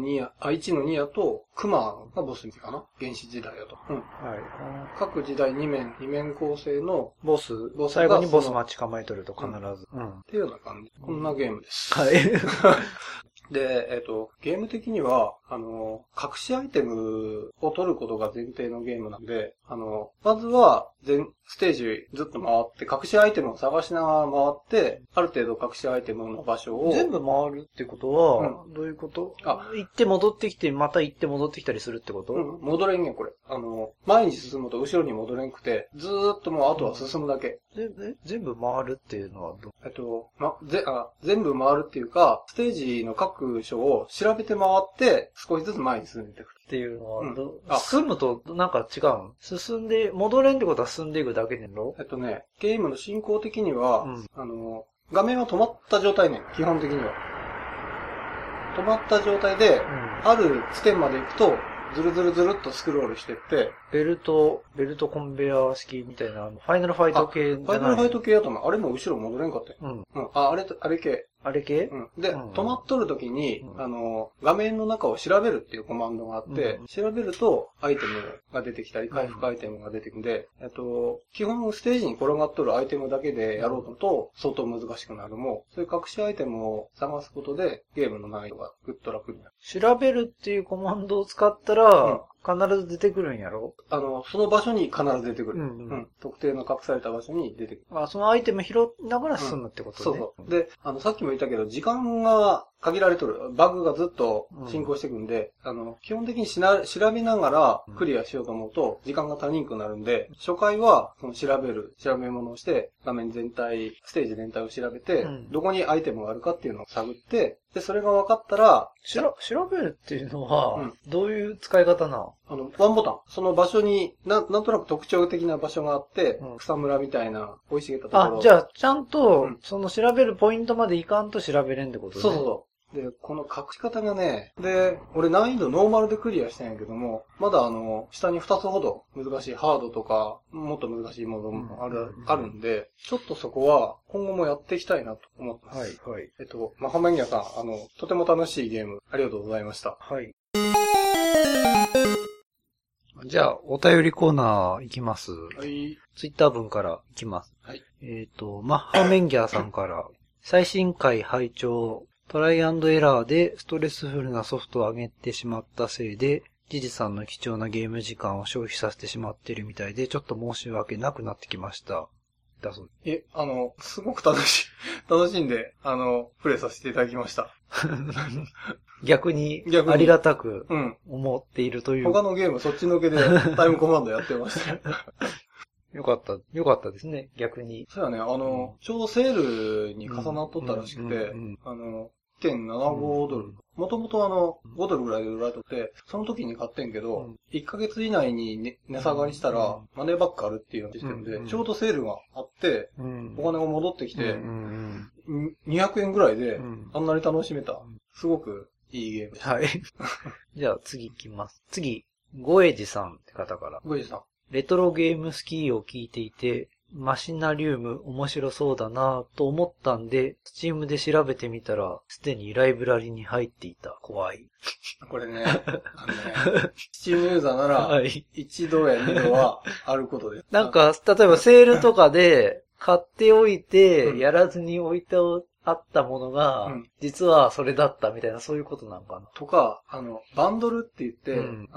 2やとクマがボスかな原始時代だと。各時代2面構成のボス、最後にボス待ち構えとると必ず。 っていうような感じ。こんなゲームです。 はい。 で、ゲーム的には、隠しアイテムを取ることが前提のゲームなんで、まずは、ステージずっと回って、隠しアイテムを探しながら回って、ある程度隠しアイテムの場所を。 全部回るってことは、どういうこと？行って戻ってきて、また行って戻ってきたりするってこと？ 戻れんねん、これ。前に進むと後ろに戻れんくて、ずーっともうあとは進むだけ。 全部回るっていうのは全部回るっていうか、ステージの各所を調べて回って、少しずつ前に進んでいく。 っていうのは、進むとなんか違うの？進んで、戻れんってことは進んでいくだけねんろ？ ゲームの進行的には、画面は止まった状態ねん、基本的には。止まった状態で、ある地点まで行くと、ずるずるずるっとスクロールしてって、 ベルトコンベヤー式みたいな、ファイナルファイト系じゃない？ ファイナルファイト系やとあれも後ろ戻れんかったよ。あれ系。 あれ系？ で、止まっとる時に、画面の中を調べるっていうコマンドがあって、調べるとアイテムが出てきたり、回復アイテムが出てくるんで、基本ステージに転がっとるアイテムだけでやろうとと相当難しくなるも、そういう隠しアイテムを探すことでゲームの難易度がぐっと楽になる。 調べるっていうコマンドを使ったら、必ず出てくるんやろ？ その場所に必ず出てくる。特定の隠された場所に出てくる。 そのアイテム拾いながら進むってことね。 そう。で、さっきも言ったけど、時間が限られとる。バグがずっと進行していくんで、基本的に調べながらクリアしようと思うと、時間が足りんくなるんで、初回は、調べ物をして、画面全体、ステージ全体を調べて、どこにアイテムがあるかっていうのを探って、で、それが分かったら、 調べるっていうのは、どういう使い方なの？ ワンボタン。その場所に、なんとなく特徴的な場所があって、草むらみたいな、生い茂ったところ。 じゃあ、ちゃんと、その調べるポイントまでいかんと調べれんってことね。 そう。で、この隠し方がね、で、俺難易度ノーマルでクリアしたんやけども、まだ下に2つほど難しいハードとか、もっと難しいものもあるんで、ちょっとそこは今後もやっていきたいなと思ってます。 はい。 ハマギアさん、とても楽しいゲーム、ありがとうございました。 はい。じゃあ、お便りコーナーいきます。 はい。 ツイッター文からいきます。 はい。 マッハメンギャーさんから、最新回拝聴、トライアンドエラーでストレスフルなソフトを上げてしまったせいで、ジジさんの貴重なゲーム時間を消費させてしまっているみたいで、ちょっと申し訳なくなってきました。だそうです。すごく楽しんで、プレイさせていただきました。 逆にありがたく思っているという。 他のゲームそっちのけでタイムコマンドやってました。 よかったですね、逆に。 そうやね、ちょうどセールに重なっとったらしくて、1.75 ドル。もともと5ドルぐらいで売られとって、その時に買ってんけど、1ヶ月以内に値下がりしたら、マネーバックあるっていうシステムで、ちょうどセールがあって、お金が戻ってきて、200円ぐらいで、あんなに楽しめた。すごくいいゲームです。 はい。じゃあ次行きます。次、ゴエジさんって方から。 ゴエジさん。 レトロゲームスキーを聞いていて、マシナリウム面白そうだなぁと思ったんで、スチームで調べてみたら、すでにライブラリに入っていた。怖い。 これね、スチームユーザーなら、1度や2度はあることです。 なんか、例えばセールとかで買っておいて、やらずに置いてあったものが、実はそれだったみたいな、そういうことなのかな。 とか、バンドルって言って、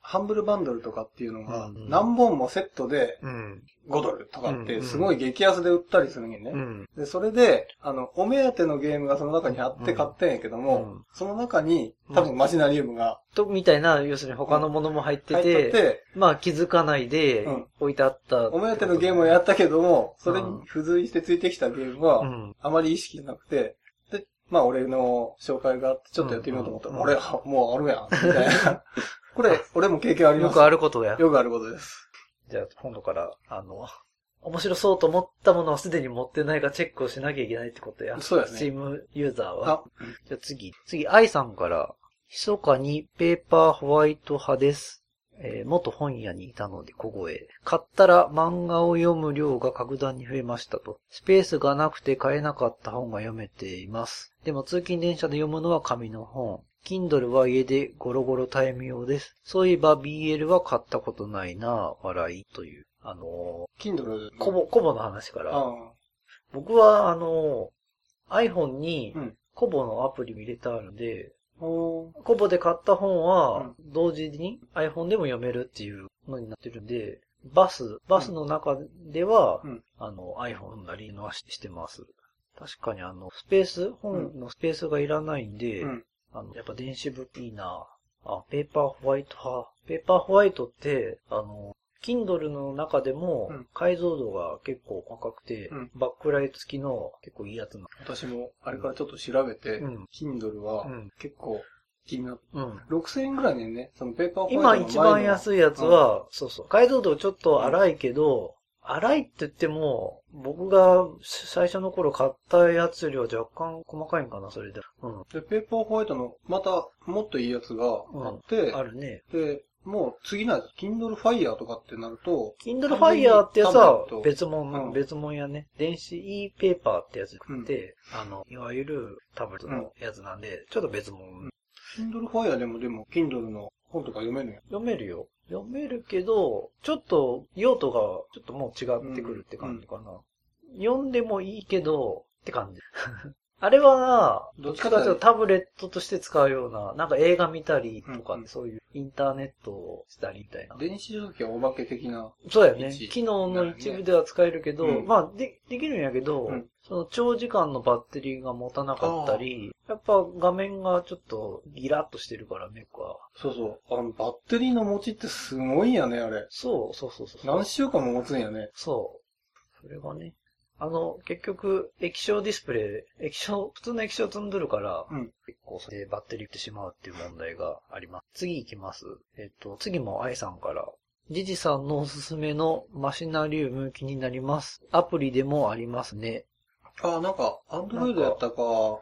ハンブルバンドルとかっていうのが、何本もセットで、5ドルとかってすごい激安で売ったりするんよね。で、それで、お目当てのゲームがその中にあって買ってんやけども、その中に多分マシナリウムが、 みたいな、要するに他のものも入ってて、まあ気づかないで置いてあった。 お目当てのゲームをやったけども、それに付随してついてきたゲームは、あまり意識なくて、で、まあ俺の紹介があってちょっとやってみようと思ったら、俺、もうあるやん、みたいな。これ、俺も経験あります。 よくあることや。 よくあることです。 じゃあ、今度から、面白そうと思ったものをすでに持ってないかチェックをしなきゃいけないってことや。 そうですね。 チームユーザーは。じゃあ次、愛さんから、密かにペーパーホワイト派です。元本屋にいたので小声。買ったら漫画を読む量が格段に増えましたと。スペースがなくて買えなかった本が読めています。でも通勤電車で読むのは紙の本。Kindle は家でゴロゴロタイム用です。そういえば BL は買ったことないな、笑いという。 Kindle コボの話から。僕はiPhone にコボのアプリ入れてあるんで、コボで買った本は同時に iPhone でも読めるっていうのになってるんで、バスの中では、iPhone なりのはしてます。確かに本のスペースがいらないんで、やっぱ電子部いいな。ペーパーホワイト派。ペーパーホワイトって、Kindle の中でも解像度が結構高くて、バックライト付きの結構いいやつな。 私もあれからちょっと調べて、Kindle は結構気になって、6000円ぐらいでね、そのペーパーホワイトの今一番安いやつは、そうそう、解像度ちょっと荒いけど、荒いって言っても、僕が最初の頃買ったやつよりは若干細かいんかな、それで。 で、ペーパーホワイトの、また、もっといいやつがあって、 あるね。 で、もう次のやつ、Kindle Fire とかってなると、 Kindle Fire ってやつは別物やね。電子 e ペーパーってやつって、いわゆるタブレットのやつなんで、ちょっと別物。 Kindle Fire でもKindle の本とか読めるのよ。 読めるよ。読めるけど、ちょっと用途がちょっともう違ってくるって感じかな。読んでもいいけど、って感じ。あれはな、どっちかというとタブレットとして使うような、なんか映画見たりとか、そういうインターネットをしたりみたいな。 電子書籍はお化け的な。 そうやね。機能の一部では使えるけど、まあできるんやけど、その長時間のバッテリーが持たなかったり、やっぱ画面がちょっとギラッとしてるから、メックは。 そうそう。バッテリーの持ちってすごいんやね、あれ。 そう。 何週間も持つんやね。 そう。それがね。結局、液晶ディスプレイ、普通の液晶積んどるから、結構それでバッテリーってしまうっていう問題があります。次行きます。次も愛さんから。ジジさんのおすすめのマシナリウム気になります。アプリでもありますね。 なんか、アンドロイドやったか、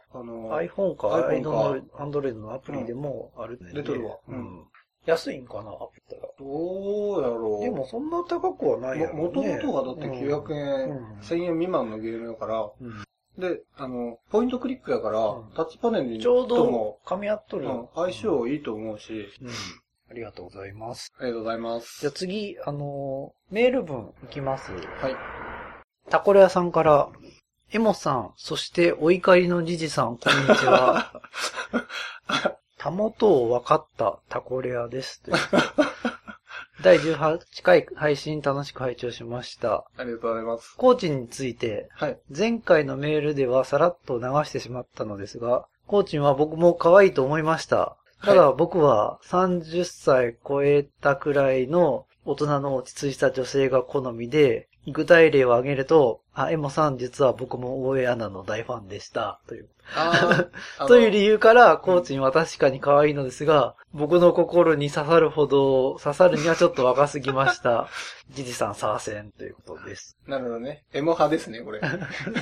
iPhone か、アンドロイドのアプリでもあるね。 出とるわ。 安いんかな、アプリったら。 どうやろう。 でもそんな高くはないやろね。 元々がだって900円、1000円未満のゲームやから、で、ポイントクリックやから、タッチパネルにちょうど噛み合っとる。 相性いいと思うし、 ありがとうございます。 ありがとうございます。 じゃあ次、メール文いきます。 はい。 タコレ屋さんから、エモさん、そしてお怒りのジジさん、こんにちは。たもとを分かったタコレアです。第18回配信楽しく拝聴しました。 ありがとうございます。 コーチンについて、前回のメールではさらっと流してしまったのですが、コーチンは僕も可愛いと思いました。ただ僕は30歳超えたくらいの大人の落ち着いた女性が好みで、具体例を挙げると、エモさん実は僕も大江アナの大ファンでした。という。という理由から、コーチンは確かに可愛いのですが、僕の心に刺さるにはちょっと若すぎました。ジジさんサーセンということです。 なるほどね。エモ派ですね、これ。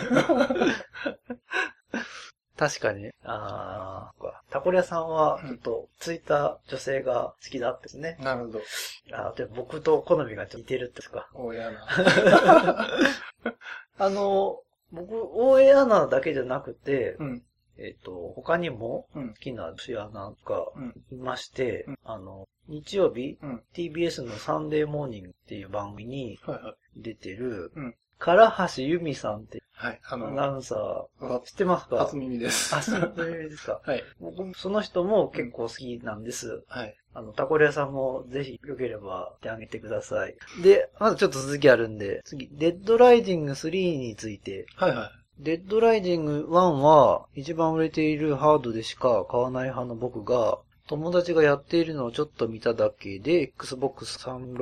確かに。タコリアさんは、ちょっと、ついた女性が好きだってですね。 なるほど。 で僕と好みがちょっと似てるってですか。 大江アナ。 僕、大江アナだけじゃなくて、他にも好きな女子アナがいまして、日曜日、TBS のサンデーモーニングっていう番組に出てる、唐橋由美さんってはい。 アナウンサー、知ってますか？ 初耳です。 初耳ですか？ はい。 その人も結構好きなんです。 はい。 タコリアさんもぜひ良ければ見てあげてください。で、まだちょっと続きあるんで、次、デッドライジング3について。 はいはい。 デッドライジング1は一番売れているハードでしか買わない派の僕が、友達がやっているのをちょっと見ただけで、Xbox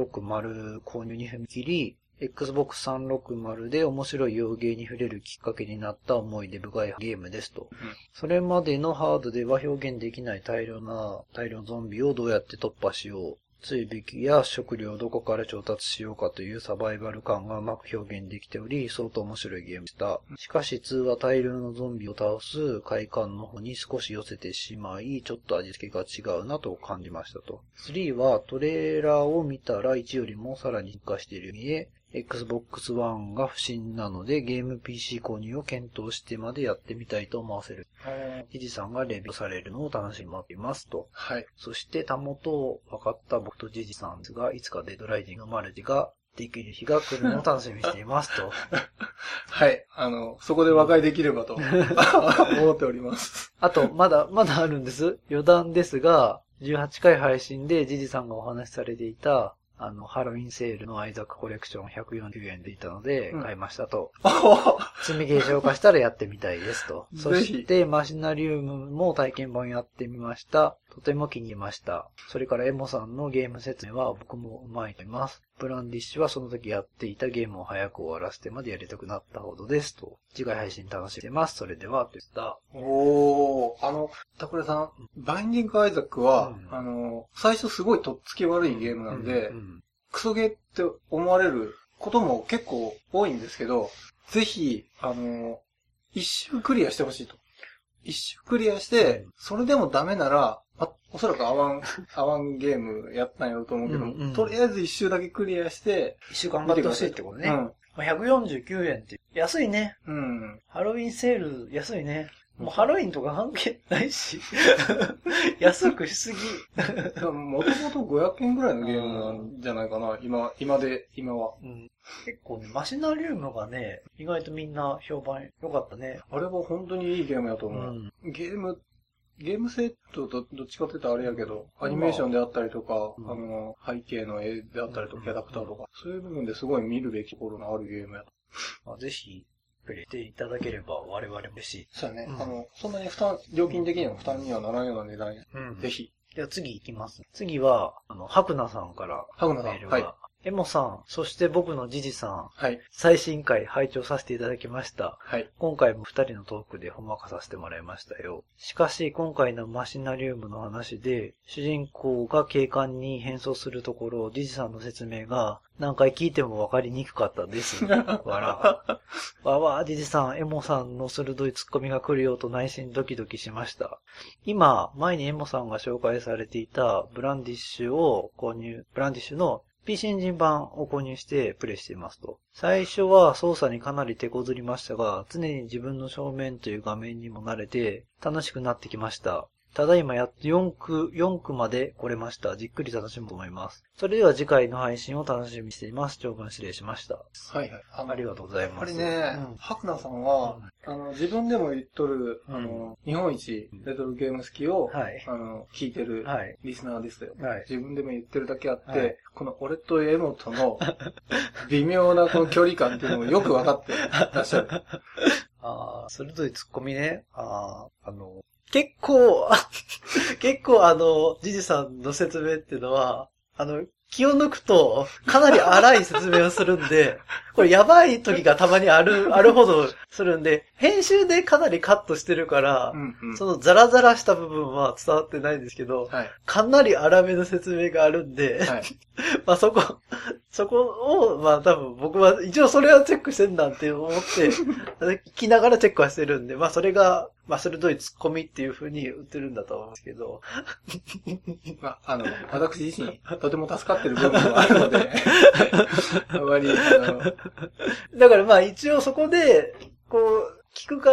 360購入に踏み切り、Xbox 360で面白い洋芸に触れるきっかけになった思い出深いゲームですと。それまでのハードでは表現できない大量のゾンビをどうやって突破しよう。追撃や食料をどこから調達しようかというサバイバル感がうまく表現できており、相当面白いゲームでした。しかし2は大量のゾンビを倒す快感の方に少し寄せてしまい、ちょっと味付けが違うなと感じましたと。3はトレーラーを見たら1よりもさらに進化しているように見え、Xbox One が不審なのでゲーム PC 購入を検討してまでやってみたいと思わせる。ジジさんがレビューされるのを楽しみに待っていますと。 はい。 そしてたもとを分かった僕とジジさんですが、いつかデッドライジングのマルチができる日が来るのを楽しみにしていますと。 はい。そこで和解できればと思っております。 あと、まだあるんです。余談ですが、18回配信でジジさんがお話しされていた、ハロウィンセールのアイザックコレクション140円でいたので、買いましたと。積みゲー消化したらやってみたいですと。そして、マシナリウムも体験版やってみました。とても気に入りました。それからエモさんのゲーム説明は僕もうまいと思います。ブランディッシュはその時やっていたゲームを早く終わらせてまでやりたくなったほどですと。次回配信楽しみにしてます。それでは、といった。 タコレさん、バインディングアイザックは、最初すごいとっつき悪いゲームなんで、クソゲーって思われることも結構多いんですけど、ぜひ、一周クリアしてほしいと。一周クリアして、それでもダメなら、おそらくアワンゲームやったんやろうと思うけど、とりあえず一周だけクリアして、 一周頑張ってほしいってことね。149円って安いね。ハロウィンセール安いね。もうハロウィンとか関係ないし。安くしすぎ。 もともと500円ぐらいのゲームなんじゃないかな、今は。 結構ね、マシナリウムがね、意外とみんな評判良かったね。 あれは本当にいいゲームやと思う。ゲームセットとどっちかって言ったらあれやけど、アニメーションであったりとか、背景の絵であったりとか、キャラクターとか、そういう部分ですごい見るべきところのあるゲームやと。 ぜひ、プレイしていただければ我々も嬉しい。 そうやね。そんなに料金的には負担にはならんような値段や。ぜひ。 では次行きます。次は、ハクナさんからメールが。はい。エモさん、そして僕のジジさん。 はい。 最新回拝聴させていただきました。 はい。 今回も二人のトークでほんまかさせてもらいましたよ。しかし、今回のマシナリウムの話で、主人公が警官に変装するところ、ジジさんの説明が、何回聞いても分かりにくかったです。ジジさん、エモさんの鋭いツッコミが来るようと内心ドキドキしました。今、前にエモさんが紹介されていたブランディッシュのPC エンジン版を購入してプレイしていますと。最初は操作にかなり手こずりましたが、常に自分の正面という画面にも慣れて楽しくなってきました。ただいまやっと4区まで来れました。じっくり楽しむと思います。それでは次回の配信を楽しみにしています。長文失礼しました。 はいはい。 ありがとうございます。 やっぱりね、ハクナさんは、自分でも言っとる、日本一レトロゲーム好きを、聞いてるリスナーですよ。自分でも言ってるだけあって、この俺とエモとの微妙なこの距離感っていうのもよくわかってらっしゃる。 鋭いツッコミね。結構、ジジさんの説明っていうのは、気を抜くと、かなり荒い説明をするんで、これやばい時がたまにあるほどするんで、編集でかなりカットしてるから、そのザラザラした部分は伝わってないんですけど、かなり荒めの説明があるんで、そこを、多分僕は一応それはチェックしてんだって思って、聞きながらチェックはしてるんで、それが、鋭いツッコミっていう風に売ってるんだと思うんですけど。 私自身、とても助かってる部分があるので、あまり、 だから一応そこで、聞くから、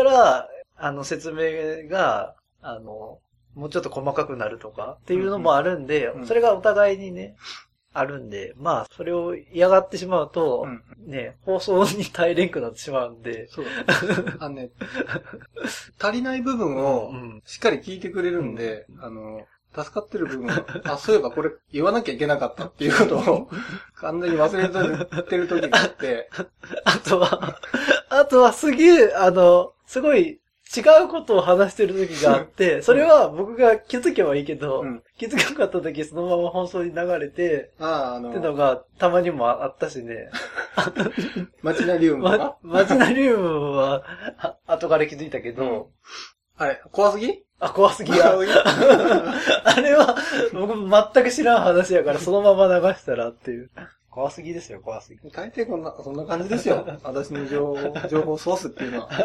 説明が、もうちょっと細かくなるとかっていうのもあるんで、それがお互いにね、 あるんで、まあ、それを嫌がってしまうと、ね、放送に耐えれんくなってしまうんで。 そうだね。足りない部分をしっかり聞いてくれるんで、助かってる部分は、そういえばこれ言わなきゃいけなかったっていうことを完全に忘れてる時があって。 あとはすげえ、すごい違うことを話してる時があって、それは僕が気づけばいいけど、気づかなかった時そのまま放送に流れて、ってのがたまにもあったしね。 マチナリウムとかマチナリウムは後から気づいたけど、 あれ、怖すぎ？ 怖すぎや。あれは、僕全く知らん話やから、そのまま流したらっていう。怖すぎですよ、怖すぎ。 大抵そんな感じですよ。私の情報ソースっていうのは。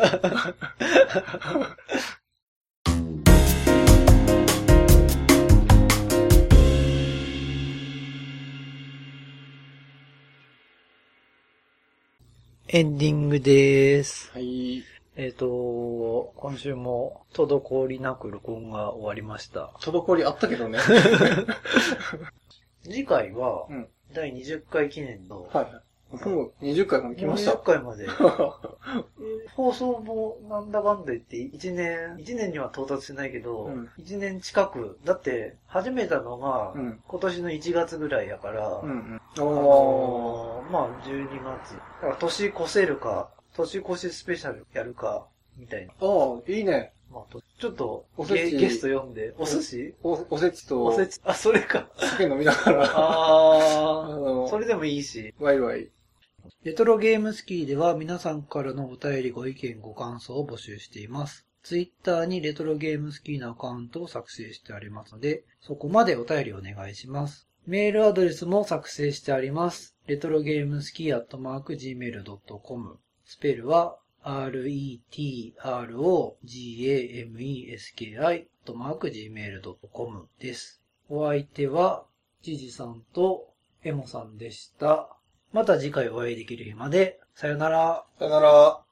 エンディングでーす。 はい。 今週も滞りなく録音が終わりました。 滞りあったけどね。 次回は、第20回記念の、 もう20回まで来ました。 20回まで。放送もなんだかんだ言って1年には到達してないけど、1年近く、だって始めたのが今年の1月ぐらいやから、まあ12月。だから年越せるか、年越しスペシャルやるか、みたいな。 いいね。 まあ、ちょっとゲスト呼んで、お寿司おせちと、 それか。 酒飲みながら。 それでもいいし。 ワイワイ。 レトロゲームスキーでは皆さんからのお便りご意見ご感想を募集しています。ツイッターにレトロゲームスキーのアカウントを作成してありますので、そこまでお便りお願いします。メールアドレスも作成してあります。レトロゲームスキー@gmail.com。スペルは、retrogameski@gmail.com です。お相手は、ジジさんとエモさんでした。また次回お会いできる日まで。さよなら。 さよなら。